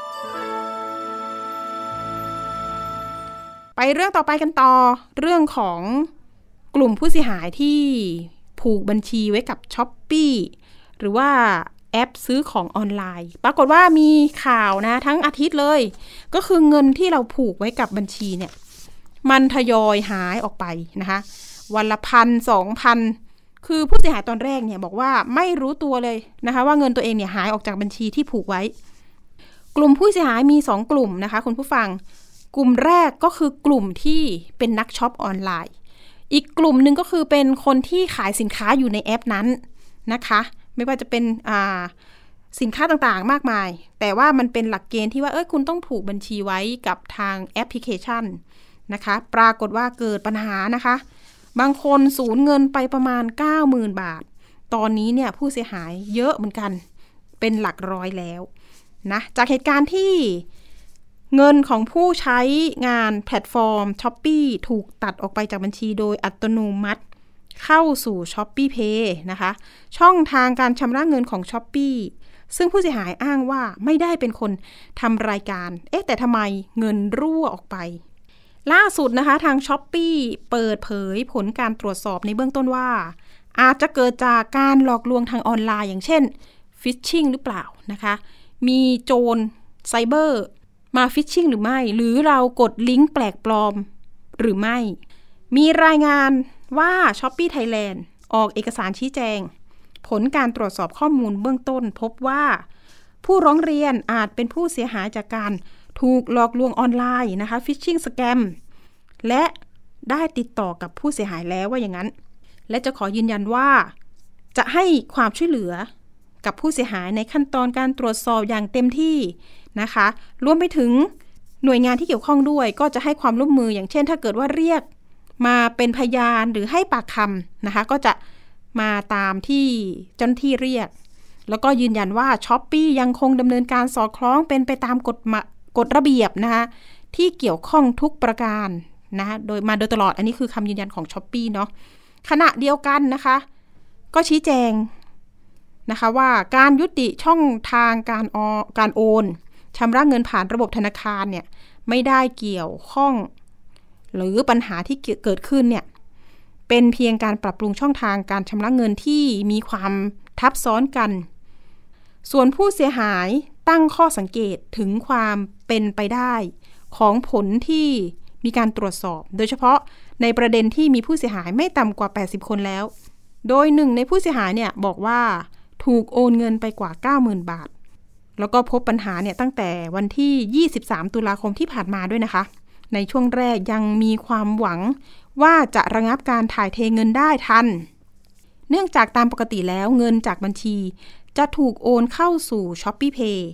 ไปเรื่องต่อไปกันต่อเรื่องของกลุ่มผู้เสียหายที่ผูกบัญชีไว้กับ Shopee หรือว่าแอปซื้อของออนไลน์ปรากฏว่ามีข่าวนะทั้งอาทิตย์เลยก็คือเงินที่เราผูกไว้กับบัญชีเนี่ยมันทยอยหายออกไปนะคะวันละพันสองพันคือผู้เสียหายตอนแรกเนี่ยบอกว่าไม่รู้ตัวเลยนะคะว่าเงินตัวเองเนี่ยหายออกจากบัญชีที่ผูกไว้กลุ่มผู้เสียหายมีสองกลุ่มนะคะคุณผู้ฟังกลุ่มแรกก็คือกลุ่มที่เป็นนักช็อปออนไลน์อีกกลุ่มหนึ่งก็คือเป็นคนที่ขายสินค้าอยู่ในแอปนั้นนะคะไม่ว่าจะเป็นอ่าสินค้าต่างๆมากมายแต่ว่ามันเป็นหลักเกณฑ์ที่ว่าเอ้ยคุณต้องผูกบัญชีไว้กับทางแอปพลิเคชันนะคะปรากฏว่าเกิดปัญหานะคะบางคนสูญเงินไปประมาณ เก้าหมื่น บาทตอนนี้เนี่ยผู้เสียหายเยอะเหมือนกันเป็นหลักร้อยแล้วนะจากเหตุการณ์ที่เงินของผู้ใช้งานแพลตฟอร์ม Shopee ถูกตัดออกไปจากบัญชีโดยอัตโนมัติเข้าสู่ Shopee Pay นะคะช่องทางการชำระเงินของ Shopee ซึ่งผู้เสียหายอ้างว่าไม่ได้เป็นคนทำรายการเอ๊ะแต่ทำไมเงินรั่วออกไปล่าสุดนะคะทาง Shopee เปิดเผยผลการตรวจสอบในเบื้องต้นว่าอาจจะเกิดจากการหลอกลวงทางออนไลน์อย่างเช่นฟิชชิงหรือเปล่านะคะมีโจรไซเบอร์มาฟิชชิงหรือไม่หรือเรากดลิงก์แปลกปลอมหรือไม่มีรายงานว่า Shopee Thailand ออกเอกสารชี้แจงผลการตรวจสอบข้อมูลเบื้องต้นพบว่าผู้ร้องเรียนอาจเป็นผู้เสียหายจากการถูกหลอกลวงออนไลน์นะคะฟิชชิงสแกมและได้ติดต่อกับผู้เสียหายแล้วว่าอย่างนั้นและจะขอยืนยันว่าจะให้ความช่วยเหลือกับผู้เสียหายในขั้นตอนการตรวจสอบอย่างเต็มที่นะคะรวมไปถึงหน่วยงานที่เกี่ยวข้องด้วยก็จะให้ความร่วมมืออย่างเช่นถ้าเกิดว่าเรียกมาเป็นพยานหรือให้ปากคำนะคะก็จะมาตามที่เจ้าหน้าที่เรียกแล้วก็ยืนยันว่า Shopee ยังคงดำเนินการสอดคล้องเป็นไปตามกฎกฎระเบียบนะคะที่เกี่ยวข้องทุกประการนะโดยมาโดยตลอดอันนี้คือคำยืนยันของ Shopee เนาะขณะเดียวกันนะคะก็ชี้แจงนะคะว่าการยุติช่องทางการออการโอนชำระเงินผ่านระบบธนาคารเนี่ยไม่ได้เกี่ยวข้องหรือปัญหาที่เกิดขึ้นเนี่ยเป็นเพียงการปรับปรุงช่องทางการชำระเงินที่มีความทับซ้อนกันส่วนผู้เสียหายตั้งข้อสังเกตถึงความเป็นไปได้ของผลที่มีการตรวจสอบโดยเฉพาะในประเด็นที่มีผู้เสียหายไม่ต่ำกว่าแปดสิบคนแล้วโดยหนึ่งในผู้เสียหายเนี่ยบอกว่าถูกโอนเงินไปกว่า เก้าหมื่น บาทแล้วก็พบปัญหาเนี่ยตั้งแต่วันที่ยี่สิบสามตุลาคมที่ผ่านมาด้วยนะคะในช่วงแรกยังมีความหวังว่าจะระงับการถ่ายเทเงินได้ทันเนื่องจากตามปกติแล้วเงินจากบัญชีจะถูกโอนเข้าสู่ Shopee Pay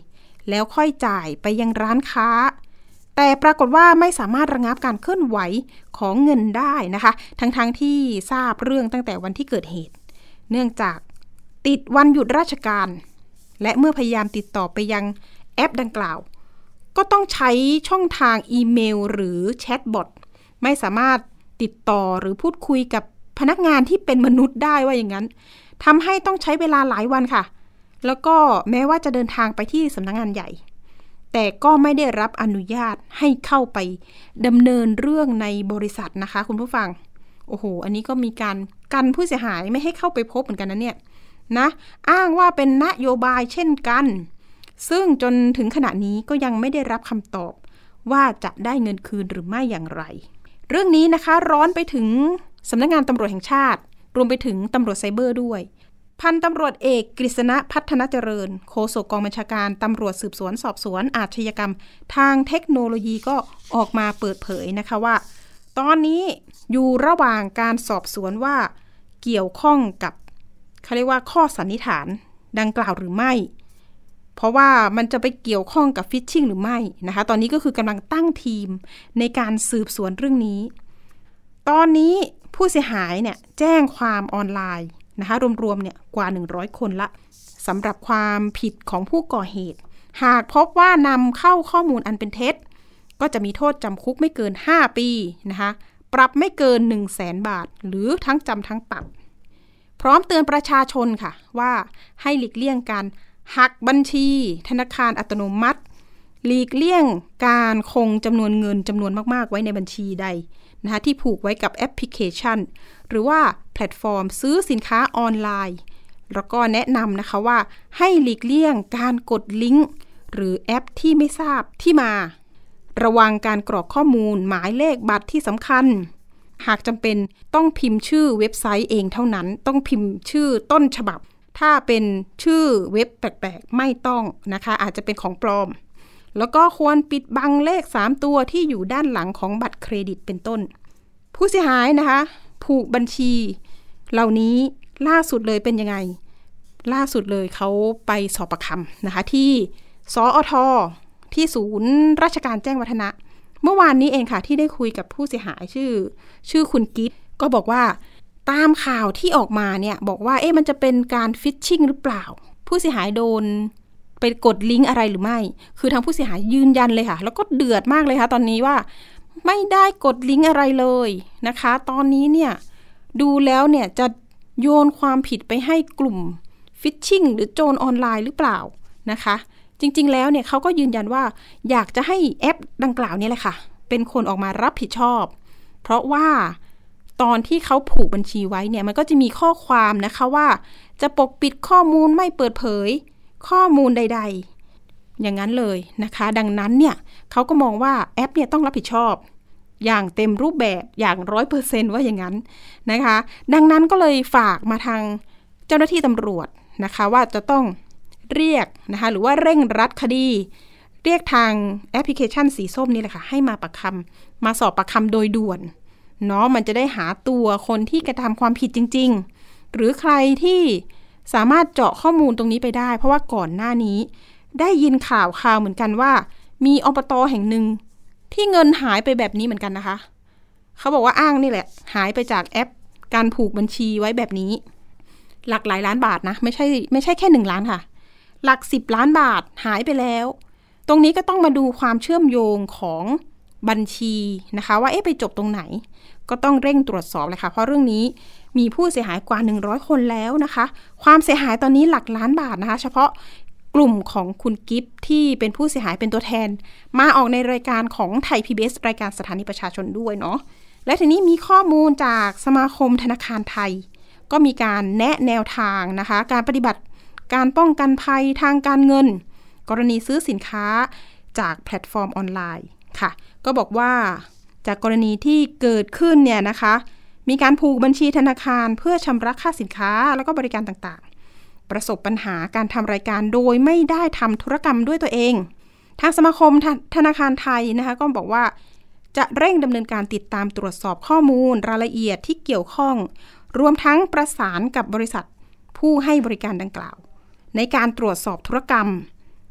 แล้วค่อยจ่ายไปยังร้านค้าแต่ปรากฏว่าไม่สามารถระงับการเคลื่อนไหวของเงินได้นะคะทั้งๆ ท, ที่ทราบเรื่องตั้งแต่วันที่เกิดเหตุเนื่องจากติดวันหยุดราชการและเมื่อพยายามติดต่อไปยังแอปดังกล่าวก็ต้องใช้ช่องทางอีเมลหรือแชทบอทไม่สามารถติดต่อหรือพูดคุยกับพนักงานที่เป็นมนุษย์ได้ว่าอย่างนั้นทำให้ต้องใช้เวลาหลายวันค่ะแล้วก็แม้ว่าจะเดินทางไปที่สำนักงานใหญ่แต่ก็ไม่ได้รับอนุญาตให้เข้าไปดำเนินเรื่องในบริษัทนะคะคุณผู้ฟังโอ้โหอันนี้ก็มีการกันผู้เสียหายไม่ให้เข้าไปพบเหมือนกันนะเนี่ยนะอ้างว่าเป็นนโยบายเช่นกันซึ่งจนถึงขณะนี้ก็ยังไม่ได้รับคำตอบว่าจะได้เงินคืนหรือไม่อย่างไรเรื่องนี้นะคะร้อนไปถึงสำนักงานตำรวจแห่งชาติรวมไปถึงตำรวจไซเบอร์ด้วยพันตำรวจเอกกฤษณะพัฒนเจริญโฆษกกองบัญชาการตำรวจสืบสวนสอบสวนอาชญากรรมทางเทคโนโลยีก็ออกมาเปิดเผยนะคะว่าตอนนี้อยู่ระหว่างการสอบสวนว่าเกี่ยวข้องกับเขาเรียกว่าข้อสันนิษฐานดังกล่าวหรือไม่เพราะว่ามันจะไปเกี่ยวข้องกับฟิชชิงหรือไม่นะคะตอนนี้ก็คือกำลังตั้งทีมในการสืบสวนเรื่องนี้ตอนนี้ผู้เสียหายเนี่ยแจ้งความออนไลน์นะคะรวมๆเนี่ยกว่าหนึ่งร้อยคนละสำหรับความผิดของผู้ก่อเหตุหากพบว่านำเข้าข้อมูลอันเป็นเท็จก็จะมีโทษจำคุกไม่เกินห้าปีนะคะปรับไม่เกิน หนึ่งแสน บาทหรือทั้งจำทั้งปรับพร้อมเตือนประชาชนค่ะว่าให้หลีกเลี่ยงการหักบัญชีธนาคารอัตโนมัติหลีกเลี่ยงการคงจำนวนเงินจำนวนมากๆไว้ในบัญชีใดนะคะที่ผูกไว้กับแอปพลิเคชันหรือว่าแพลตฟอร์มซื้อสินค้าออนไลน์แล้วก็แนะนำนะคะว่าให้หลีกเลี่ยงการกดลิงก์หรือแอปที่ไม่ทราบที่มาระวังการกรอกข้อมูลหมายเลขบัตรที่สำคัญหากจำเป็นต้องพิมพ์ชื่อเว็บไซต์เองเท่านั้นต้องพิมพ์ชื่อต้นฉบับถ้าเป็นชื่อเว็บแปลกๆไม่ต้องนะคะอาจจะเป็นของปลอมแล้วก็ควรปิดบังเลขสามตัวที่อยู่ด้านหลังของบัตรเครดิตเป็นต้นผู้เสียหายนะคะผูกบัญชีเหล่านี้ล่าสุดเลยเป็นยังไงล่าสุดเลยเขาไปสอบปากคำนะคะที่สอท.ที่ศูนย์ราชการแจ้งวัฒนะเมื่อวานนี้เองค่ะที่ได้คุยกับผู้เสียหายชื่อชื่อคุณกิ๊ฟก็บอกว่าตามข่าวที่ออกมาเนี่ยบอกว่าเอ๊ะมันจะเป็นการฟิชชิงหรือเปล่าผู้เสียหายโดนไปกดลิงก์อะไรหรือไม่คือทางผู้เสียหายยืนยันเลยค่ะแล้วก็เดือดมากเลยค่ะตอนนี้ว่าไม่ได้กดลิงก์อะไรเลยนะคะตอนนี้เนี่ยดูแล้วเนี่ยจะโยนความผิดไปให้กลุ่มฟิชชิงหรือโจรออนไลน์หรือเปล่านะคะจริงๆแล้วเนี่ยเขาก็ยืนยันว่าอยากจะให้แอปดังกล่าวนี่แหละค่ะเป็นคนออกมารับผิดชอบเพราะว่าตอนที่เขาผูกบัญชีไว้เนี่ยมันก็จะมีข้อความนะคะว่าจะปกปิดข้อมูลไม่เปิดเผยข้อมูลใดๆอย่างนั้นเลยนะคะดังนั้นเนี่ยเขาก็มองว่าแอปเนี่ยต้องรับผิดชอบอย่างเต็มรูปแบบอย่าง ร้อยเปอร์เซ็นต์ ว่าอย่างนั้นนะคะดังนั้นก็เลยฝากมาทางเจ้าหน้าที่ตำรวจนะคะว่าจะต้องเรียกนะคะหรือว่าเร่งรัดคดีเรียกทางแอปพลิเคชันสีส้มนี่แหละค่ะให้มาปากคำมาสอบปากคำโดยด่วนเนาะมันจะได้หาตัวคนที่กระทำความผิดจริงๆหรือใครที่สามารถเจาะข้อมูลตรงนี้ไปได้เพราะว่าก่อนหน้านี้ได้ยินข่าวข่าวเหมือนกันว่ามีอบต.แห่งหนึ่งที่เงินหายไปแบบนี้เหมือนกันนะคะเขาบอกว่าอ้างนี่แหละหายไปจากแอปการผูกบัญชีไว้แบบนี้หลักหลายล้านบาทนะไม่ใช่ไม่ใช่แค่หนึ่งล้านค่ะหลักสิบล้านบาทหายไปแล้วตรงนี้ก็ต้องมาดูความเชื่อมโยงของบัญชีนะคะว่าเอ๊ะไปจบตรงไหนก็ต้องเร่งตรวจสอบเลยค่ะเพราะเรื่องนี้มีผู้เสียหายกว่าหนึ่งร้อยคนแล้วนะคะความเสียหายตอนนี้หลักล้านบาทนะคะเฉพาะกลุ่มของคุณกิฟต์ที่เป็นผู้เสียหายเป็นตัวแทนมาออกในรายการของไทย พี บี เอส รายการสถานีประชาชนด้วยเนาะและทีนี้มีข้อมูลจากสมาคมธนาคารไทยก็มีการแนะแนวทางนะคะการปฏิบัติการป้องกันภัยทางการเงินกรณีซื้อสินค้าจากแพลตฟอร์มออนไลน์ค่ะก็บอกว่าจากกรณีที่เกิดขึ้นเนี่ยนะคะมีการผูกบัญชีธนาคารเพื่อชำระค่าสินค้าแล้วก็บริการต่างๆประสบปัญหาการทำรายการโดยไม่ได้ทำธุรกรรมด้วยตัวเองทางสมาคมธนาคารไทยนะคะก็บอกว่าจะเร่งดำเนินการติดตามตรวจสอบข้อมูลรายละเอียดที่เกี่ยวข้องรวมทั้งประสานกับบริษัทผู้ให้บริการดังกล่าวในการตรวจสอบธุรกรรม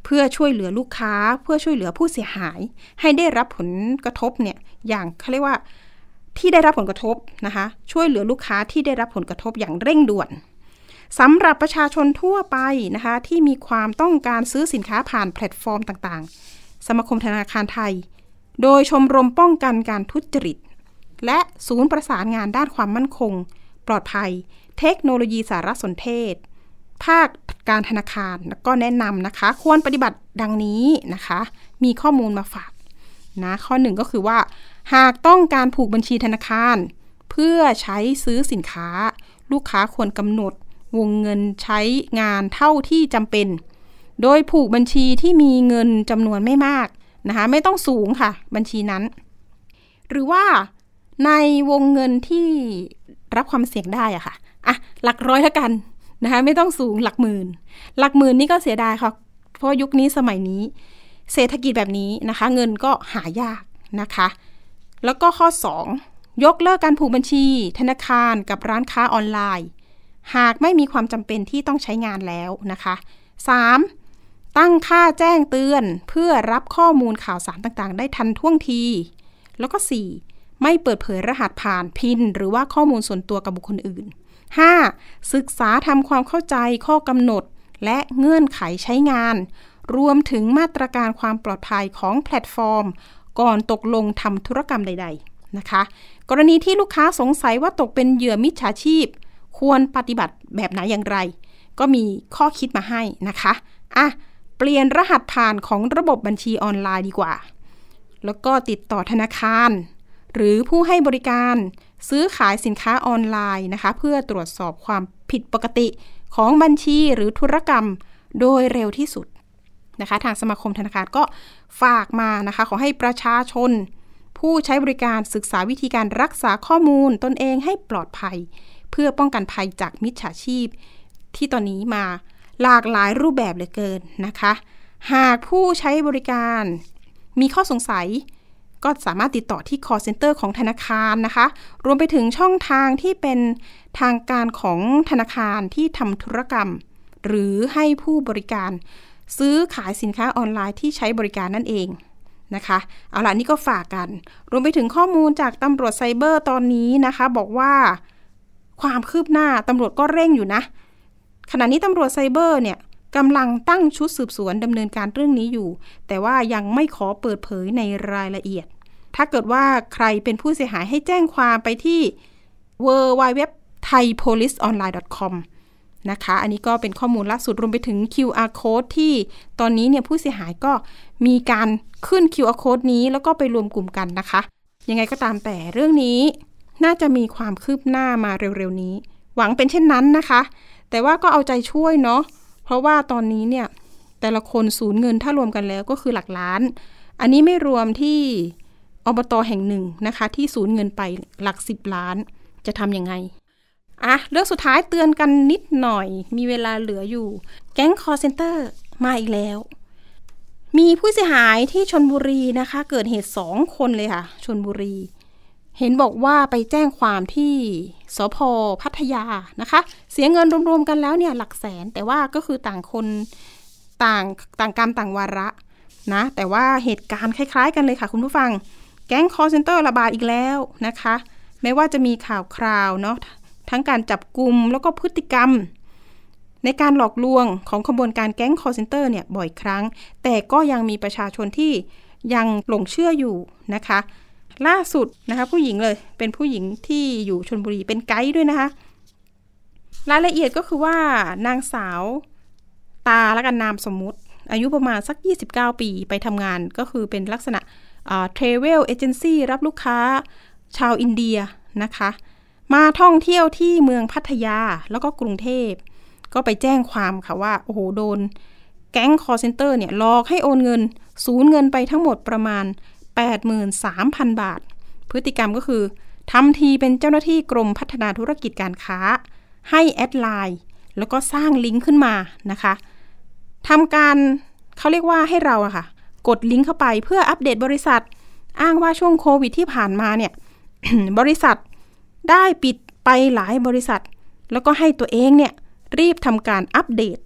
เพื่อช่วยเหลือลูกค้าเพื่อช่วยเหลือผู้เสียหายให้ได้รับผลกระทบเนี่ยอย่างเขาเรียกว่าที่ได้รับผลกระทบนะคะช่วยเหลือลูกค้าที่ได้รับผลกระทบอย่างเร่งด่วนสำหรับประชาชนทั่วไปนะคะที่มีความต้องการซื้อสินค้าผ่านแพลตฟอร์มต่างๆสมาคมธนาคารไทยโดยชมรมป้องกันการทุจริตและศูนย์ประสานงานด้านความมั่นคงปลอดภัยเทคโนโลยีสารสนเทศภาคการธนาคารแล้วก็แนะนำนะคะควรปฏิบัติดังนี้นะคะมีข้อมูลมาฝากนะข้อหนึ่งก็คือว่าหากต้องการผูกบัญชีธนาคารเพื่อใช้ซื้อสินค้าลูกค้าควรกำหนดวงเงินใช้งานเท่าที่จำเป็นโดยผูกบัญชีที่มีเงินจำนวนไม่มากนะคะไม่ต้องสูงค่ะบัญชีนั้นหรือว่าในวงเงินที่รับความเสี่ยงได้อะค่ะอ่ะหลักร้อยแล้วกันนะคะไม่ต้องสูงหลักหมื่นหลักหมื่นนี่ก็เสียดายค่ะเพราะยุคนี้สมัยนี้เศรษฐกิจแบบนี้นะคะเงินก็หายากนะคะแล้วก็ข้อสองยกเลิกการผูกบัญชีธนาคารกับร้านค้าออนไลน์หากไม่มีความจำเป็นที่ต้องใช้งานแล้วนะคะสามตั้งค่าแจ้งเตือนเพื่อรับข้อมูลข่าวสารต่างๆได้ทันท่วงทีแล้วก็สี่ไม่เปิดเผยรหัสผ่านพินหรือว่าข้อมูลส่วนตัวกับบุคคลอื่นห้าศึกษาทำความเข้าใจข้อกำหนดและเงื่อนไขใช้งานรวมถึงมาตรการความปลอดภัยของแพลตฟอร์มก่อนตกลงทำธุรกรรมใดๆนะคะกรณีที่ลูกค้าสงสัยว่าตกเป็นเหยื่อมิจฉาชีพควรปฏิบัติแบบไหนอย่างไรก็มีข้อคิดมาให้นะคะอ่ะเปลี่ยนรหัสผ่านของระบบบัญชีออนไลน์ดีกว่าแล้วก็ติดต่อธนาคารหรือผู้ให้บริการซื้อขายสินค้าออนไลน์นะคะเพื่อตรวจสอบความผิดปกติของบัญชีหรือธุรกรรมโดยเร็วที่สุดนะคะทางสมาคมธนาคารก็ฝากมานะคะขอให้ประชาชนผู้ใช้บริการศึกษาวิธีการรักษาข้อมูลตนเองให้ปลอดภัยเพื่อป้องกันภัยจากมิจฉาชีพที่ตอนนี้มาหลากหลายรูปแบบเหลือเกินนะคะหากผู้ใช้บริการมีข้อสงสัยก็สามารถติดต่อที่ call center ของธนาคารนะคะรวมไปถึงช่องทางที่เป็นทางการของธนาคารที่ทำธุรกรรมหรือให้ผู้บริการซื้อขายสินค้าออนไลน์ที่ใช้บริการนั่นเองนะคะเอาล่ะนี่ก็ฝากกันรวมไปถึงข้อมูลจากตำรวจไซเบอร์ตอนนี้นะคะบอกว่าความคืบหน้าตำรวจก็เร่งอยู่นะขณะนี้ตำรวจไซเบอร์เนี่ยกำลังตั้งชุดสืบสวนดำเนินการเรื่องนี้อยู่แต่ว่ายังไม่ขอเปิดเผยในรายละเอียดถ้าเกิดว่าใครเป็นผู้เสียหายให้แจ้งความไปที่ ดับเบิลยู ดับเบิลยู ดับเบิลยู ดอท ไทยโพลิสออนไลน์ ดอท คอม นะคะอันนี้ก็เป็นข้อมูลล่าสุดรวมไปถึง คิว อาร์ Code ที่ตอนนี้เนี่ยผู้เสียหายก็มีการขึ้น คิว อาร์ Code นี้แล้วก็ไปรวมกลุ่มกันนะคะยังไงก็ตามแต่เรื่องนี้น่าจะมีความคืบหน้ามาเร็วๆนี้หวังเป็นเช่นนั้นนะคะแต่ว่าก็เอาใจช่วยเนาะเพราะว่าตอนนี้เนี่ยแต่ละคนสูญเงินถ้ารวมกันแล้วก็คือหลักล้านอันนี้ไม่รวมที่อบต.แห่งหนึ่งนะคะที่สูญเงินไปหลักสิบล้านจะทำยังไงอ่ะเรื่องสุดท้ายเตือนกันนิดหน่อยมีเวลาเหลืออยู่แก๊ง call center มาอีกแล้วมีผู้เสียหายที่ชลบุรีนะคะเกิดเหตุสองคนเลยค่ะชลบุรีเห็นบอกว่าไปแจ้งความที่สภ.พัทยานะคะเสียเงินรวมๆกันแล้วเนี่ยหลักแสนแต่ว่าก็คือต่างคนต่างต่างกรรมต่างวาระนะแต่ว่าเหตุการณ์คล้ายๆกันเลยค่ะคุณผู้ฟังแก๊ง call center ระบาดอีกแล้วนะคะไม่ว่าจะมีข่าวคราวเนาะทั้งการจับกุมแล้วก็พฤติกรรมในการหลอกลวงของขบวนการแก๊ง call center เนี่ยบ่อยครั้งแต่ก็ยังมีประชาชนที่ยังหลงเชื่ออยู่นะคะล่าสุดนะคะผู้หญิงเลยเป็นผู้หญิงที่อยู่ชลบุรีเป็นไกด์ด้วยนะคะรายละเอียดก็คือว่านางสาวตาและกันนามสมมุติอายุประมาณสักยี่สิบเก้าปีไปทำงานก็คือเป็นลักษณะอ่า travel agency รับลูกค้าชาวอินเดียนะคะมาท่องเที่ยวที่เมืองพัทยาแล้วก็กรุงเทพก็ไปแจ้งความค่ะว่าโอ้โหโดนแก๊ง call center เนี่ยหลอกให้โอนเงินสูญเงินไปทั้งหมดประมาณ แปดหมื่นสามพัน บาทพฤติกรรมก็คือทำทีเป็นเจ้าหน้าที่กรมพัฒนาธุรกิจการค้าให้แอดไลน์แล้วก็สร้างลิงก์ขึ้นมานะคะทำการเขาเรียกว่าให้เราอะค่ะกดลิงก์เข้าไปเพื่ออัปเดตบริษัทอ้างว่าช่วงโควิดที่ผ่านมาเนี่ย บริษัทได้ปิดไปหลายบริษัทแล้วก็ให้ตัวเองเนี่ยรีบทำการอัปเดต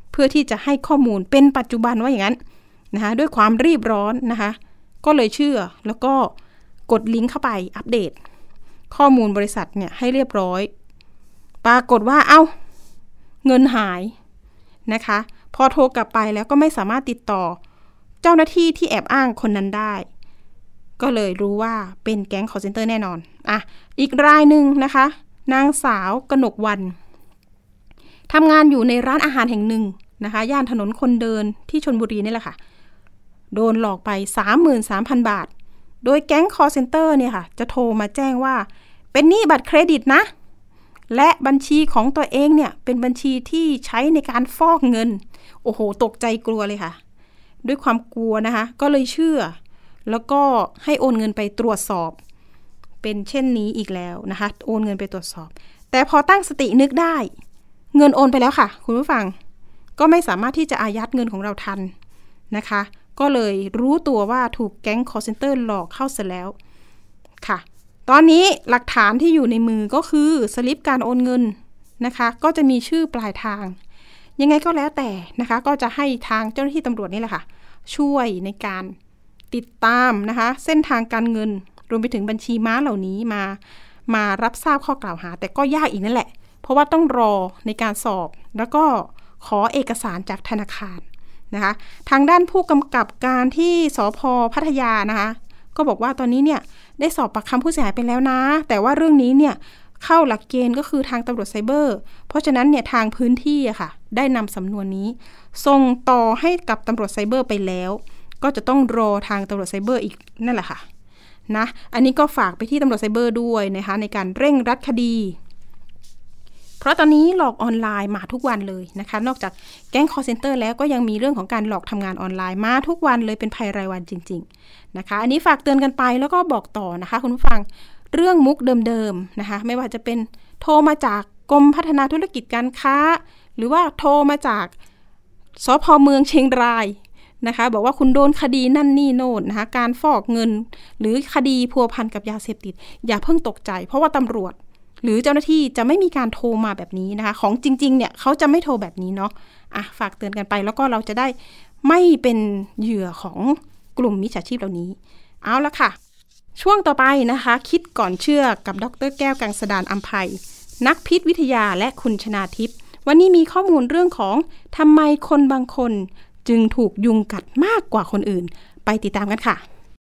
เพื่อที่จะให้ข้อมูลเป็นปัจจุบันว่าอย่างนั้นนะคะด้วยความรีบร้อนนะคะก็เลยเชื่อแล้วก็กดลิงก์เข้าไปอัปเดตข้อมูลบริษัทเนี่ยให้เรียบร้อยปรากฏว่าเอ้าเงินหายนะคะพอโทรกลับไปแล้วก็ไม่สามารถติดต่อเจ้าหน้าที่ที่แอบอ้างคนนั้นได้ก็เลยรู้ว่าเป็นแก๊ง call center แน่นอนอ่ะอีกรายหนึ่งนะคะนางสาวกนกวรรณทำงานอยู่ในร้านอาหารแห่งหนึ่งนะคะย่านถนนคนเดินที่ชลบุรีนี่แหละค่ะโดนหลอกไป สามหมื่นสามพัน บาทโดยแก๊ง call center เนี่ยค่ะจะโทรมาแจ้งว่าเป็นหนี้บัตรเครดิตนะและบัญชีของตัวเองเนี่ยเป็นบัญชีที่ใช้ในการฟอกเงินโอ้โหตกใจกลัวเลยค่ะด้วยความกลัวนะคะก็เลยเชื่อแล้วก็ให้โอนเงินไปตรวจสอบเป็นเช่นนี้อีกแล้วนะคะโอนเงินไปตรวจสอบแต่พอตั้งสตินึกได้เงินโอนไปแล้วค่ะคุณผู้ฟังก็ไม่สามารถที่จะอายัดเงินของเราทันนะคะก็เลยรู้ตัวว่าถูกแก๊ง call center หลอกเข้าเสียแล้วค่ะตอนนี้หลักฐานที่อยู่ในมือก็คือสลิปการโอนเงินนะคะก็จะมีชื่อปลายทางยังไงก็แล้วแต่นะคะก็จะให้ทางเจ้าหน้าที่ตำรวจนี่แหละค่ะช่วยในการติดตามนะคะเส้นทางการเงินรวมไปถึงบัญชีม้าเหล่านี้มามารับทราบข้อกล่าวหาแต่ก็ยากอีกนั่นแหละเพราะว่าต้องรอในการสอบแล้วก็ขอเอกสารจากธนาคารนะคะทางด้านผู้กำกับการที่สภ.พัทยานะคะก็บอกว่าตอนนี้เนี่ยได้สอบปากคำผู้เสียหายไปแล้วนะแต่ว่าเรื่องนี้เนี่ยเข้าหลักเกณฑ์ก็คือทางตำรวจไซเบอร์เพราะฉะนั้นเนี่ยทางพื้นที่อะค่ะได้นำสำนวนนี้ส่งต่อให้กับตำรวจไซเบอร์ไปแล้วก็จะต้องรอทางตำรวจไซเบอร์อีกนั่นแหละค่ะนะอันนี้ก็ฝากไปที่ตำรวจไซเบอร์ด้วยนะคะในการเร่งรัดคดีเพราะตอนนี้หลอกออนไลน์มาทุกวันเลยนะคะนอกจากแก๊ง call center แล้วก็ยังมีเรื่องของการหลอกทำงานออนไลน์มาทุกวันเลยเป็นภัยรายวันจริงๆนะคะอันนี้ฝากเตือนกันไปแล้วก็บอกต่อนะคะคุณผู้ฟังเรื่องมุกเดิมๆนะคะไม่ว่าจะเป็นโทรมาจากกรมพัฒนาธุรกิจการค้าหรือว่าโทรมาจากสภ.เมืองเชียงรายนะคะบอกว่าคุณโดนคดีนั่นนี่โน่นนะคะการฟอกเงินหรือคดีพัวพันกับยาเสพติดอย่าเพิ่งตกใจเพราะว่าตำรวจหรือเจ้าหน้าที่จะไม่มีการโทรมาแบบนี้นะคะของจริงๆเนี่ยเขาจะไม่โทรแบบนี้เนาะอ่ะฝากเตือนกันไปแล้วก็เราจะได้ไม่เป็นเหยื่อของกลุ่มมิจฉาชีพเหล่านี้เอาละค่ะช่วงต่อไปนะคะคิดก่อนเชื่อกับดร.แก้วกังสดาลอำไพนักพิษวิทยาและคุณชนาทิพย์วันนี้มีข้อมูลเรื่องของทำไมคนบางคนจึงถูกยุงกัดมากกว่าคนอื่นไปติดตามกันค่ะ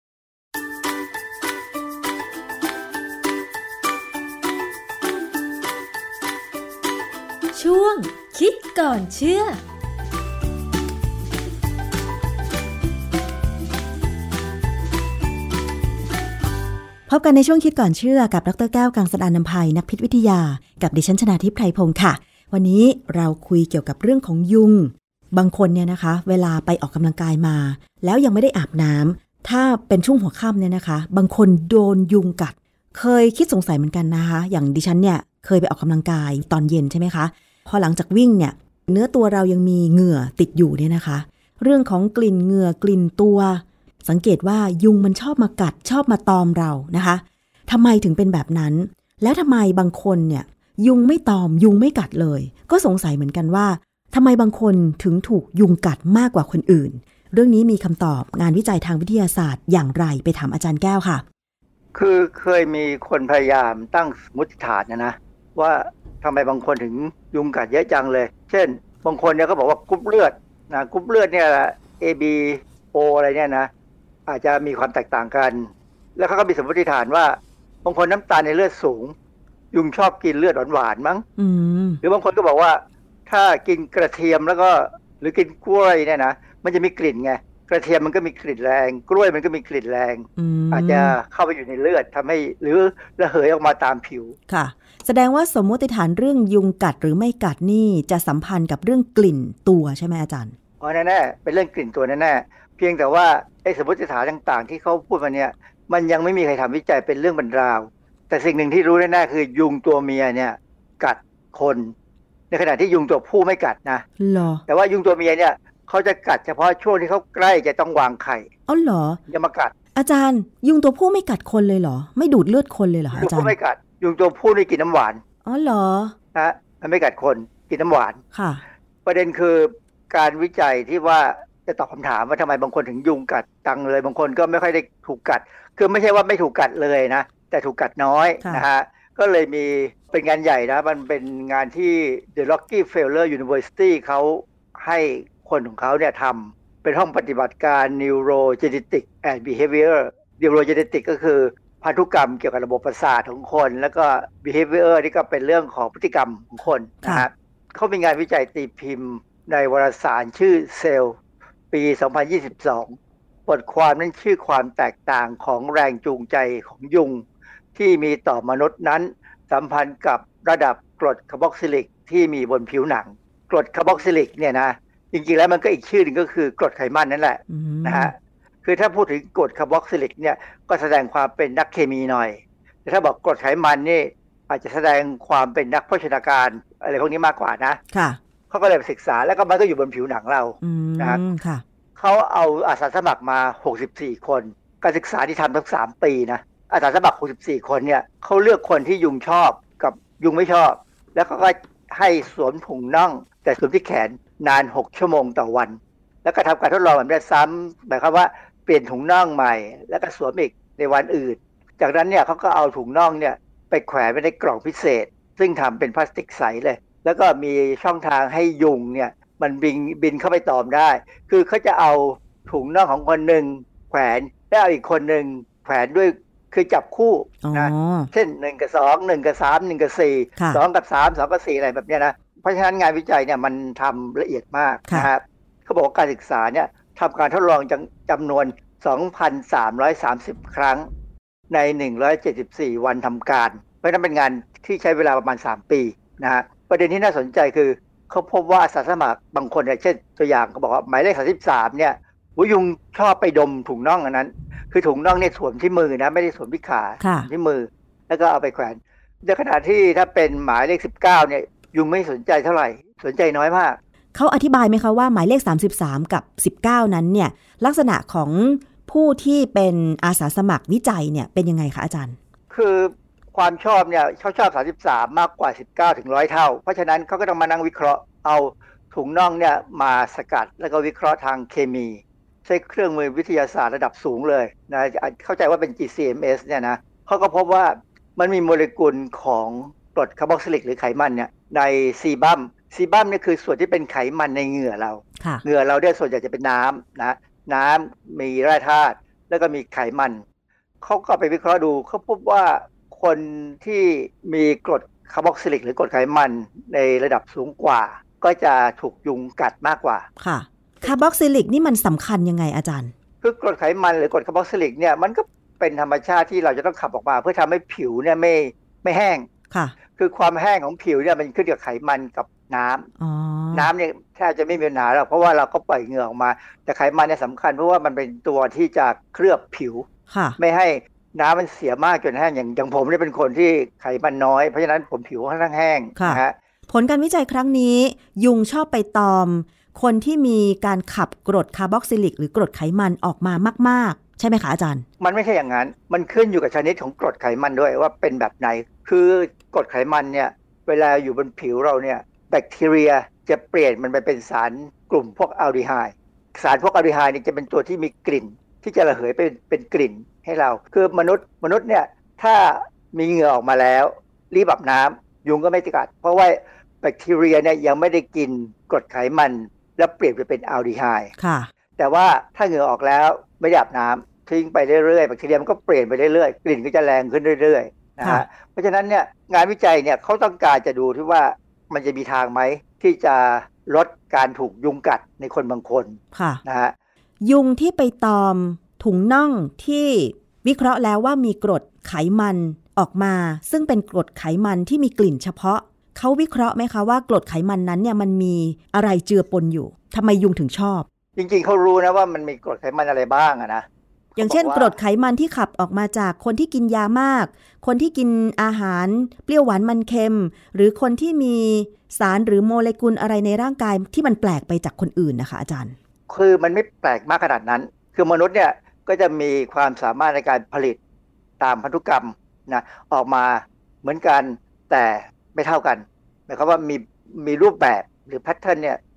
ช่วงคิดก่อนเชื่อพบกันในช่วงคิดก่อนเชื่อกับดร.แก้วกังสดาลอำไพนักพิษวิทยากับดิฉันชนาทิพย์ไพรพงศ์ค่ะวันนี้เราคุยเกี่ยวกับเรื่องของยุงบางคนเนี่ยนะคะเวลาไปออกกำลังกายมาแล้วยังไม่ได้อาบน้ำถ้าเป็นช่วงหัวค่ำเนี่ยนะคะบางคนโดนยุงกัดเคยคิดสงสัยเหมือนกันนะคะอย่างดิฉันเนี่ยเคยไปออกกำลังกายตอนเย็นใช่ไหมคะพอหลังจากวิ่งเนี่ยเนื้อตัวเรายังมีเหงื่อติดอยู่เนี่ยนะคะเรื่องของกลิ่นเหงื่อกลิ่นตัวสังเกตว่ายุงมันชอบมากัดชอบมาตอมเรานะคะทำไมถึงเป็นแบบนั้นแล้วทำไมบางคนเนี่ยยุงไม่ตอมยุงไม่กัดเลยก็สงสัยเหมือนกันว่าทำไมบางคนถึงถูกยุงกัดมากกว่าคนอื่นเรื่องนี้มีคำตอบงานวิจัยทางวิทยาศาสตร์อย่างไรไปถามอาจารย์แก้วค่ะคือเคยมีคนพยายามตั้งสมมติฐานนะนะว่าทำไมบางคนถึงยุงกัดเยอะจังเลยเช่นบางคนเนี่ยก็บอกว่ากรุ๊ปเลือดนะกรุ๊ปเลือดเนี่ย A B O อะไรเนี่ยนะอาจจะมีความแตกต่างกันแล้วเขาก็มีสมมติฐานว่าบางคนน้ำตาลในเลือดสูงยุงชอบกินเลือดหวานๆมั้งหรือบางคนก็บอกว่าถ้ากินกระเทียมแล้วก็หรือกินกล้วยเนี่ยนะมันจะมีกลิ่นไงกระเทียมมันก็มีกลิ่นแรงกล้วยมันก็มีกลิ่นแรงอาจจะเข้าไปอยู่ในเลือดทำให้หรือระเหยออกมาตามผิวค่ะแสดงว่าสมมติฐานเรื่องยุงกัดหรือไม่กัดนี่จะสัมพันธ์กับเรื่องกลิ่นตัวใช่ไหมอาจารย์อ๋อแน่ๆเป็นเรื่องกลิ่นตัวแน่ๆเพียงแต่ว่าไอ้สมมติฐานต่างๆที่เขาพูดมาเนี่ยมันยังไม่มีใครทำวิจัยเป็นเรื่องบรรราวแต่สิ่งหนึ่งที่รู้แน่ๆคือยุงตัวเมียเนี่ยกัดคนในขณะที่ยุงตัวผู้ไม่กัดนะหรอแต่ว่ายุงตัวเมียเนี่ยเขาจะกัดเฉพาะช่วงที่เขาใกล้จะต้องวางไข่อ๋อเหรอจะมากัดอาจารย์ยุงตัวผู้ไม่กัดคนเลยเหรอไม่ดูดเลือดคนเลยเหรออาจารย์ยุงตัวผู้ไม่กัดยุงตัวผู้นี่กินน้ำหวานอ๋อเหรอฮะมันไม่กัดคนกินน้ำหวานค่ะประเด็นคือการวิจัยที่ว่าจะตอบคำถามว่าทำไมบางคนถึงยุงกัดจังเลยบางคนก็ไม่ค่อยได้ถูกกัดคือไม่ใช่ว่าไม่ถูกกัดเลยนะแต่ถูกกัดน้อยนะฮะก็เลยมีเป็นงานใหญ่นะมันเป็นงานที่ The Rockefeller University เขาให้คนของเขาเนี่ยทำเป็นห้องปฏิบัติการ Neurogenetic and Behavior Neurogenetic ก็คือพันธุกรรมเกี่ยวกับระบบประสาทของคนแล้วก็ Behavior นี่ก็เป็นเรื่องของพฤติกรรมของคนนะฮะเขามีงานวิจัยตีพิมพ์ในวารสารชื่อ Cell ปีสองพันยี่สิบสองบทความนั้นชื่อความแตกต่างของแรงจูงใจของยุงที่มีต่อมนุษย์นั้นสัมพันธ์กับระดับกรดคาร์บอกซิลิกที่มีบนผิวหนังกรดคาร์บอกซิลิกเนี่ยนะจริงๆแล้วมันก็อีกชื่อหนึ่งก็คือกรดไขมันนั่นแหละนะฮะคือถ้าพูดถึงกรดคาร์บอกซิลิกเนี่ยก็แสดงความเป็นนักเคมีหน่อยแต่ถ้าบอกกรดไขมันนี่อาจจะแสดงความเป็นนักโภชนาการอะไรพวกนี้มากกว่านะค่ะเขาก็เลยไปศึกษาแล้วก็มันก็อยู่บนผิวหนังเรานะครับเขาเอาอาสาสมัครมาหกสิบสี่คนการศึกษาที่ทำทั้งสามปีนะอาสาสมัครหกสิบสี่คนเนี่ยเขาเลือกคนที่ยุงชอบกับยุงไม่ชอบแล้วก็ให้สวมถุงน่องแต่สวมที่แขนนานหกชั่วโมงต่อวันแล้วก็ทำการทดลองแบบนี้ซ้ำหมายความว่าเปลี่ยนถุงน่องใหม่แล้วก็สวมอีกในวันอื่นจากนั้นเนี่ยเขาก็เอาถุงน่องเนี่ยไปแขวนไว้ในกล่องพิเศษซึ่งทำเป็นพลาสติกใสเลยแล้วก็มีช่องทางให้ยุงเนี่ยมันบินบินเข้าไปตอมได้คือเขาจะเอาถุงน่องของคนหนึ่งแขวนแล้วเอาอีกคนหนึ่งแขวนด้วยคือจับคู่นะเช่นหนึ่งกับสอง หนึ่งกับสาม หนึ่งกับสี่ สองกับสาม สองกับสี่อะไรแบบนี้นะเพราะฉะนั้นงานวิจัยเนี่ยมันทำละเอียดมากนะครับเขาบอกว่าการศึกษาเนี่ยทำการทดลองจำนวน สองพันสามร้อยสามสิบ ครั้งในหนึ่งร้อยเจ็ดสิบสี่วันทำการเพราะฉะนั้นเป็นงานที่ใช้เวลาประมาณสามปีนะฮะประเด็นที่น่าสนใจคือเขาพบว่าอาสาสมัครบางคนเนี่ยเช่นตัวอย่างเขาบอกว่าหมายเลขสามสิบสามเนี่ยยุงชอบไปดมถุงน่องอันนั้นคือถุงน่องเนี่ยสวมที่มือนะไม่ได้สวมที่ขาที่มือแล้วก็เอาไปแขวนในขณะที่ถ้าเป็นหมายเลขสิบเก้าเนี่ยยุงไม่สนใจเท่าไหร่สนใจน้อยมากเขาอธิบายไหมคะว่าหมายเลขสามสิบสามกับสิบเก้านั้นเนี่ยลักษณะของผู้ที่เป็นอาสาสมัครวิจัยเนี่ยเป็นยังไงคะอาจารย์คือความชอบเนี่ยเขาชอบสามสิบสามมากกว่าสิบเก้าถึงหนึ่งร้อยเท่าเพราะฉะนั้นเขาก็ต้องมานั่งวิเคราะห์เอาถุงน่องเนี่ยมาสกัดแล้วก็วิเคราะห์ทางเคมีใช้เครื่องมือวิทยาศาสตร์ระดับสูงเลยนะเข้าใจว่าเป็น จี ซี เอ็ม เอส เนี่ยนะเขาก็พบว่ามันมีโมเลกุลของกรดคาร์บอกซิลิกหรือไขมันเนี่ยในซีบัมซีบัมเนี่ยคือส่วนที่เป็นไขมันในเหงื่อเราเหงื่อเราเนี่ยส่วนใหญ่จะเป็นน้ำนะน้ำมีแร่ธาตุแล้วก็มีไขมันเขาก็ไปวิเคราะห์ดูเขาพบว่าคนที่มีกรดคาร์บอกซิลิกหรือกรดไขมันในระดับสูงกว่าก็จะถูกยุงกัดมากกว่าค่ะคาร์บอกซิลิกนี่มันสำคัญยังไงอาจารย์คือกรดไขมันหรือกรดคาร์บอกซิลิกเนี่ยมันก็เป็นธรรมชาติที่เราจะต้องขับออกมาเพื่อทำให้ผิวเนี่ยไม่ไม่แห้งค่ะคือความแห้งของผิวเนี่ยมันขึ้นกับไขมันกับน้ำน้ำเนี่ยแทบจะไม่มีปัญหาหรอกเพราะว่าเราก็ปล่อยเหงื่อออกมาแต่ไขมันเนี่ยสำคัญเพราะว่ามันเป็นตัวที่จะเคลือบผิวไม่ให้น้ำมันเสียมากจนแห้งอย่างอย่างผมเนี่ยเป็นคนที่ไขมันน้อยเพราะฉะนั้นผมผิวค่อนข้างแห้งนะฮะผลการวิจัยครั้งนี้ยุงชอบไปตอมคนที่มีการขับกรดคาร์บอกซิลิกหรือกรดไขมันออกมามากๆใช่ไหมคะอาจารย์มันไม่ใช่อย่างนั้นมันขึ้นอยู่กับชนิดของกรดไขมันด้วยว่าเป็นแบบไหนคือกรดไขมันเนี่ยเวลาอยู่บนผิวเราเนี่ยแบคทีเรียจะเปลี่ยนมันไปเป็นสารกลุ่มพวกอัลดีไฮด์สารพวกอัลดีไฮด์นี่จะเป็นตัวที่มีกลิ่นที่จะระเหยเป็นเป็นกลิ่นให้เราคือมนุษย์มนุษย์เนี่ยถ้ามีเหงื่อออกมาแล้วรีบอาบน้ำยุงก็ไม่กัดเพราะว่าแบคทีเรียเนี่ยยังไม่ได้กินกรดไขมันแล้วเปลี่ยนไปเป็นอัลดีไฮด์แต่ว่าถ้าเหงื่อออกแล้วไม่อาบน้ำทิ้งไปเรื่อยๆแบคทีเรียมันก็เปลี่ยนไปเรื่อยๆกลิ่นก็จะแรงขึ้นเรื่อยๆนะฮะเพราะฉะนั้นเนี่ยงานวิจัยเนี่ยเขาต้องการจะดูที่ว่ามันจะมีทางไหมที่จะลดการถูกยุงกัดในคนบางคนนะฮะยุงที่ไปตอมถุงน่องที่วิเคราะห์แล้วว่ามีกรดไขมันออกมาซึ่งเป็นกรดไขมันที่มีกลิ่นเฉพาะเขาวิเคราะห์ไหมคะว่ากรดไขมันนั้นเนี่ยมันมีอะไรเจือปนอยู่ทำไมยุงถึงชอบจริงๆเขารู้นะว่ามันมีกรดไขมันอะไรบ้างอะนะอย่างเช่นกรดไขมันที่ขับออกมาจากคนที่กินยามากคนที่กินอาหารเปรี้ยวหวานมันเค็มหรือคนที่มีสารหรือโมเลกุลอะไรในร่างกายที่มันแปลกไปจากคนอื่นนะคะอาจารย์คือมันไม่แปลกมากขนาดนั้นคือมนุษย์เนี่ยก็จะมีความสามารถในการผลิตตามพันธุกรรมนะออกมาเหมือนกันแต่ไม่เท่ากันหมายความว่ามีมีรูปแบบหรือแพทเทิร์นเนี่ย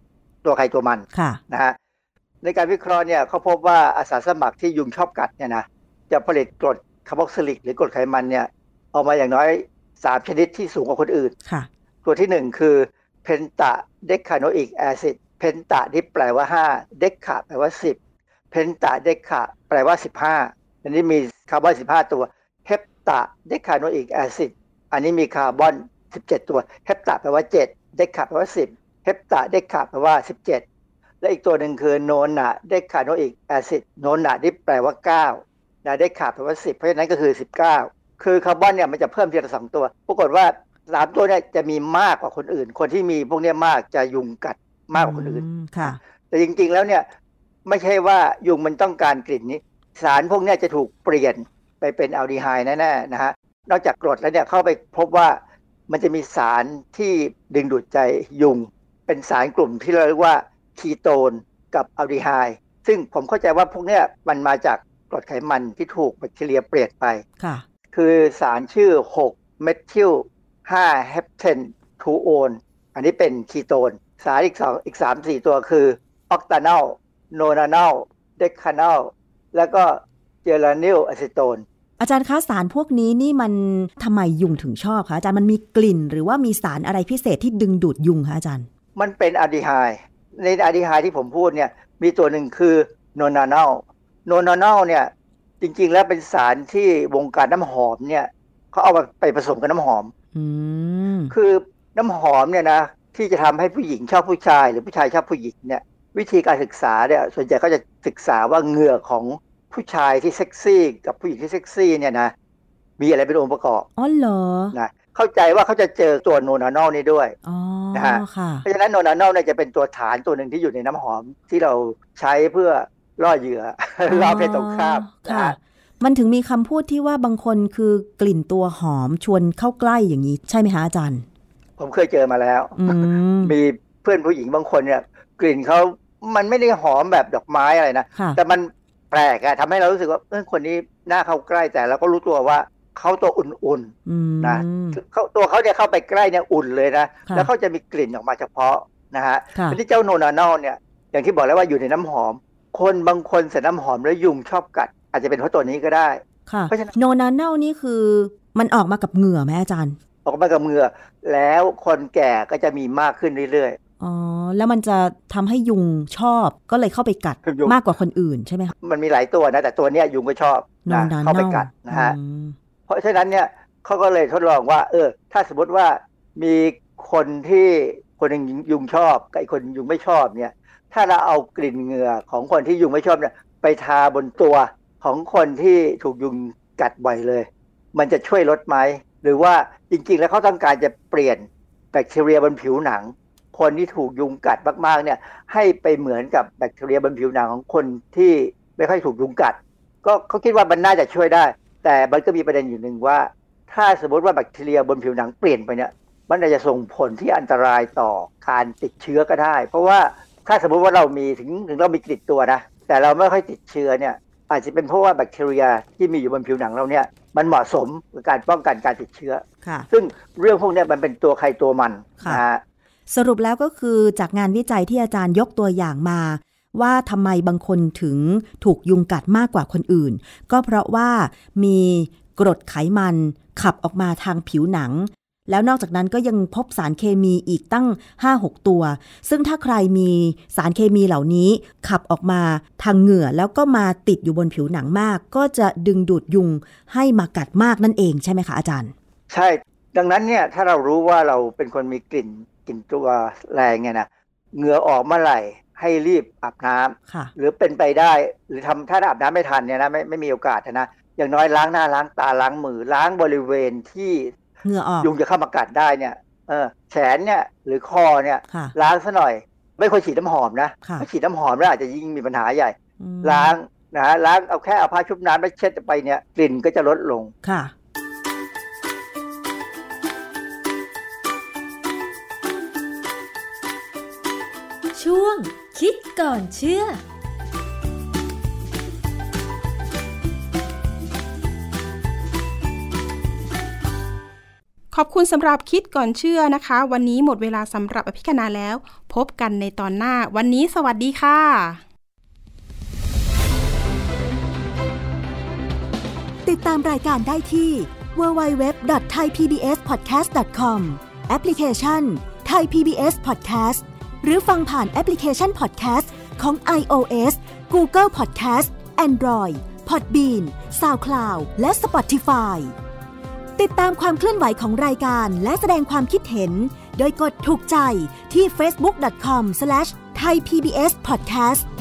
ตัวใครตัวมันนะฮะในการวิเคราะห์เนี่ยเขาพบว่าอาสาสมัครที่ยุงชอบกัดเนี่ยนะจะผลิตกรดคาร์บอกซิลิกหรือกรดไขมันเนี่ยออกมาอย่างน้อยสามชนิดที่สูงกว่าคนอื่นตัวที่หนึ่งคือเพนตาเดคาโนอิกแอซิดเพนตาที่แปลว่าห้าเดคาแปลว่าสิบเพนตาเดคาแปลว่าสิบห้าอันนี้มีคาร์บอนสิบห้าตัวเฮปตาเดคาโนอิกแอซิดอันนี้มีคาร์บอนสิบเจ็ดตัวเฮปตาแปลว่าเจ็ดเดคาแปลว่าสิบเฮปตาเดคาแปลว่าสิบเจ็ดและอีกตัวหนึ่งคือโนนาเดคาโนอิกแอซิดโนนาที่แปลว่าเก้านะเดคาแปลว่าสิบเพราะฉะนั้นก็คือสิบเก้าคือคาร์บอนเนี่ยมันจะเพิ่มทีละสองตัวปรากฏว่าสามตัวเนี่ยจะมีมากกว่าคนอื่นคนที่มีพวกนี้มากจะยุงกัดมากกว่าคนอื่นค่ะแต่จริงๆแล้วเนี่ยไม่ใช่ว่ายุงมันต้องการกลิ่นนี้สารพวกนี้จะถูกเปลี่ยนไปเป็นอัลดีไฮด์แน่ๆนะฮะนอกจากกรดแล้วเนี่ยเข้าไปพบว่ามันจะมีสารที่ดึงดูดใจยุงเป็นสารกลุ่มที่เราเรียกว่าคีโตนกับอัลดีไฮด์ซึ่งผมเข้าใจว่าพวกนี้มันมาจากกรดไขมันที่ถูกแบคทีเรียเปลี่ยนไปค่ะคือสารชื่อหกเมทิลห้าเฮปเทนทูโอนอันนี้เป็นคีโตนสารอีกสองอีก สาม สี่ ตัวคือออกตานัลโนนานัลเดคานัลแล้วก็เจลานิลอะซิโตนอาจารย์คะสารพวกนี้นี่มันทำไมยุงถึงชอบคะอาจารย์มันมีกลิ่นหรือว่ามีสารอะไรพิเศษที่ดึงดูดยุงคะอาจารย์มันเป็นอะลดีไฮด์ในอะลดีไฮด์ที่ผมพูดเนี่ยมีตัวหนึ่งคือโนนานัลโนนานัลเนี่ยจริงๆแล้วเป็นสารที่วงการน้ำหอมเนี่ยเขาเอาไปผสมกับน้ำหอมคือน้ำหอมเนี่ยนะที่จะทำให้ผู้หญิงชอบผู้ชายหรือผู้ชายชอบผู้หญิงเนี่ยวิธีการศึกษาเนี่ยส่วนใหญ่ก็จะศึกษาว่าเหงื่อของผู้ชายที่เซ็กซี่กับผู้หญิงที่เซ็กซี่เนี่ยนะมีอะไรเป็นองค์ประกอบอ๋อเหรอนะเข้าใจว่าเขาจะเจอตัวโนนานัลนี่ด้วยนะฮะเพราะฉะนั้นโนนานัลเนี่ยจะเป็นตัวฐานตัวหนึ่งที่อยู่ในน้ำหอมที่เราใช้เพื่อล่อเหยื่อล่อเพศตรงข้ามค่ะมันถึงมีคำพูดที่ว่าบางคนคือกลิ่นตัวหอมชวนเข้าใกล้อย่างนี้ใช่ไหมคะอาจารย์ผมเคยเจอมาแล้วมีเพื่อนผู้หญิงบางคนเนี่ยกลิ่นเขามันไม่ได้หอมแบบดอกไม้อะไรนะแต่มันแปลกอะทำให้เรารู้สึกว่าเออคนนี้น่าเข้าใกล้แต่เราก็รู้ตัวว่าเขาตัวอุ่นๆนะเขาตัวเขาเนี่ยเข้าไปใกล้เนี่ยอุ่นเลยนะแล้วเขาจะมีกลิ่นออกมาเฉพาะนะฮะที่เจ้าโนนานัลเนี่ยอย่างที่บอกแล้วว่าอยู่ในน้ำหอมคนบางคนใส่น้ำหอมแล้วยุงชอบกัดอาจจะเป็นเพราะตัวนี้ก็ได้เพราะฉะนั้นโนนานัลนี่คือมันออกมากับเหงื่อไหมอาจารย์ออกมากับเหงื่อแล้วคนแก่ก็จะมีมากขึ้นเรื่อยๆอ๋อแล้วมันจะทำให้ยุงชอบก็เลยเข้าไปกัดมากกว่าคนอื่นใช่ไหมคะมันมีหลายตัวนะแต่ตัวเนี้ยยุงก็ชอบนะเข้าไปกัดนะฮะเพราะฉะนั้นเนี่ยเขาก็เลยทดลองว่าเออถ้าสมมติว่ามีคนที่คนนึงยุงชอบกับอีกคนยุงไม่ชอบเนี่ยถ้าเราเอากลิ่นเหงื่อของคนที่ยุงไม่ชอบเนี่ยไปทาบนตัวของคนที่ถูกยุงกัดบ่อยเลยมันจะช่วยลดไหมหรือว่าจริงๆแล้วเขาต้องการจะเปลี่ยนแบคทีเรียบนผิวหนังคนที่ถูกยุงกัดมากๆเนี่ยให้ไปเหมือนกับแบคทีเรียบนผิวหนังของคนที่ไม่ค่อยถูกยุงกัดก็เขาคิดว่ามันน่าจะช่วยได้แต่มันก็มีประเด็นอยู่หนึ่งว่าถ้าสมมติว่าแบคทีเรียบนผิวหนังเปลี่ยนไปเนี่ยมันอาจจะส่งผลที่อันตรายต่อการติดเชื้อก็ได้เพราะว่าถ้าสมมติว่าเรามีถึงถึงเรามีติดตัวนะแต่เราไม่ค่อยติดเชื้อเนี่ยอาจจะเป็นเพราะว่าแบคทีเรียที่มีอยู่บนผิวหนังเราเนี่ยมันเหมาะสมกับการป้องกันการติดเชื้อซึ่งเรื่องพวกนี้มันเป็นตัวใครตัวมันนะฮะสรุปแล้วก็คือจากงานวิจัยที่อาจารย์ยกตัวอย่างมาว่าทำไมบางคนถึงถูกยุงกัดมากกว่าคนอื่นก็เพราะว่ามีกรดไขมันขับออกมาทางผิวหนังแล้วนอกจากนั้นก็ยังพบสารเคมีอีกตั้ง ห้าหก ตัวซึ่งถ้าใครมีสารเคมีเหล่านี้ขับออกมาทางเหงื่อแล้วก็มาติดอยู่บนผิวหนังมากก็จะดึงดูดยุงให้มากัดมากนั่นเองใช่ไหมคะอาจารย์ใช่ดังนั้นเนี่ยถ้าเรารู้ว่าเราเป็นคนมีกลิ่นกลิ่นตัวแรงเนี่ยนะเหงื่อออกเมื่อไหร่ให้รีบอาบน้ำหรือเป็นไปได้หรือทำถ้าอาบน้ำไม่ทันเนี่ยนะไม่ไม่มีโอกาสนะอย่างน้อยล้างหน้าล้างตาล้างมือล้างบริเวณที่เหงื่อออกยุงจะเข้ามากัดได้เนี่ยเออแขนเนี่ยหรือคอเนี่ยล้างซะหน่อยไม่ควรฉีดน้ำหอมนะถ้าฉีดน้ำหอมแล้วอาจจะยิ่งมีปัญหาใหญ่ล้างนะล้างเอาแค่เอาผ้าชุบน้ำไปเช็ดไปเนี่ยกลิ่นก็จะลดลงค่ะช่วงคิดก่อนเชื่อขอบคุณสำหรับคิดก่อนเชื่อนะคะวันนี้หมดเวลาสำหรับอภิคณาแล้วพบกันในตอนหน้าวันนี้สวัสดีค่ะติดตามรายการได้ที่ ดับเบิลยู ดับเบิลยู ดับเบิลยู ดอท ไทย พี บี เอส พอดแคสต์ ดอท คอม แอปพลิเคชัน Thai พี บี เอส Podcast หรือฟังผ่านแอปพลิเคชัน Podcast ของ iOS Google Podcast Android Podbean SoundCloud และ Spotify ติดตามความเคลื่อนไหวของรายการและแสดงความคิดเห็นโดยกดถูกใจที่ เฟซบุ๊ก ดอท คอม สแลช ไทย พี บี เอส พอดแคสต์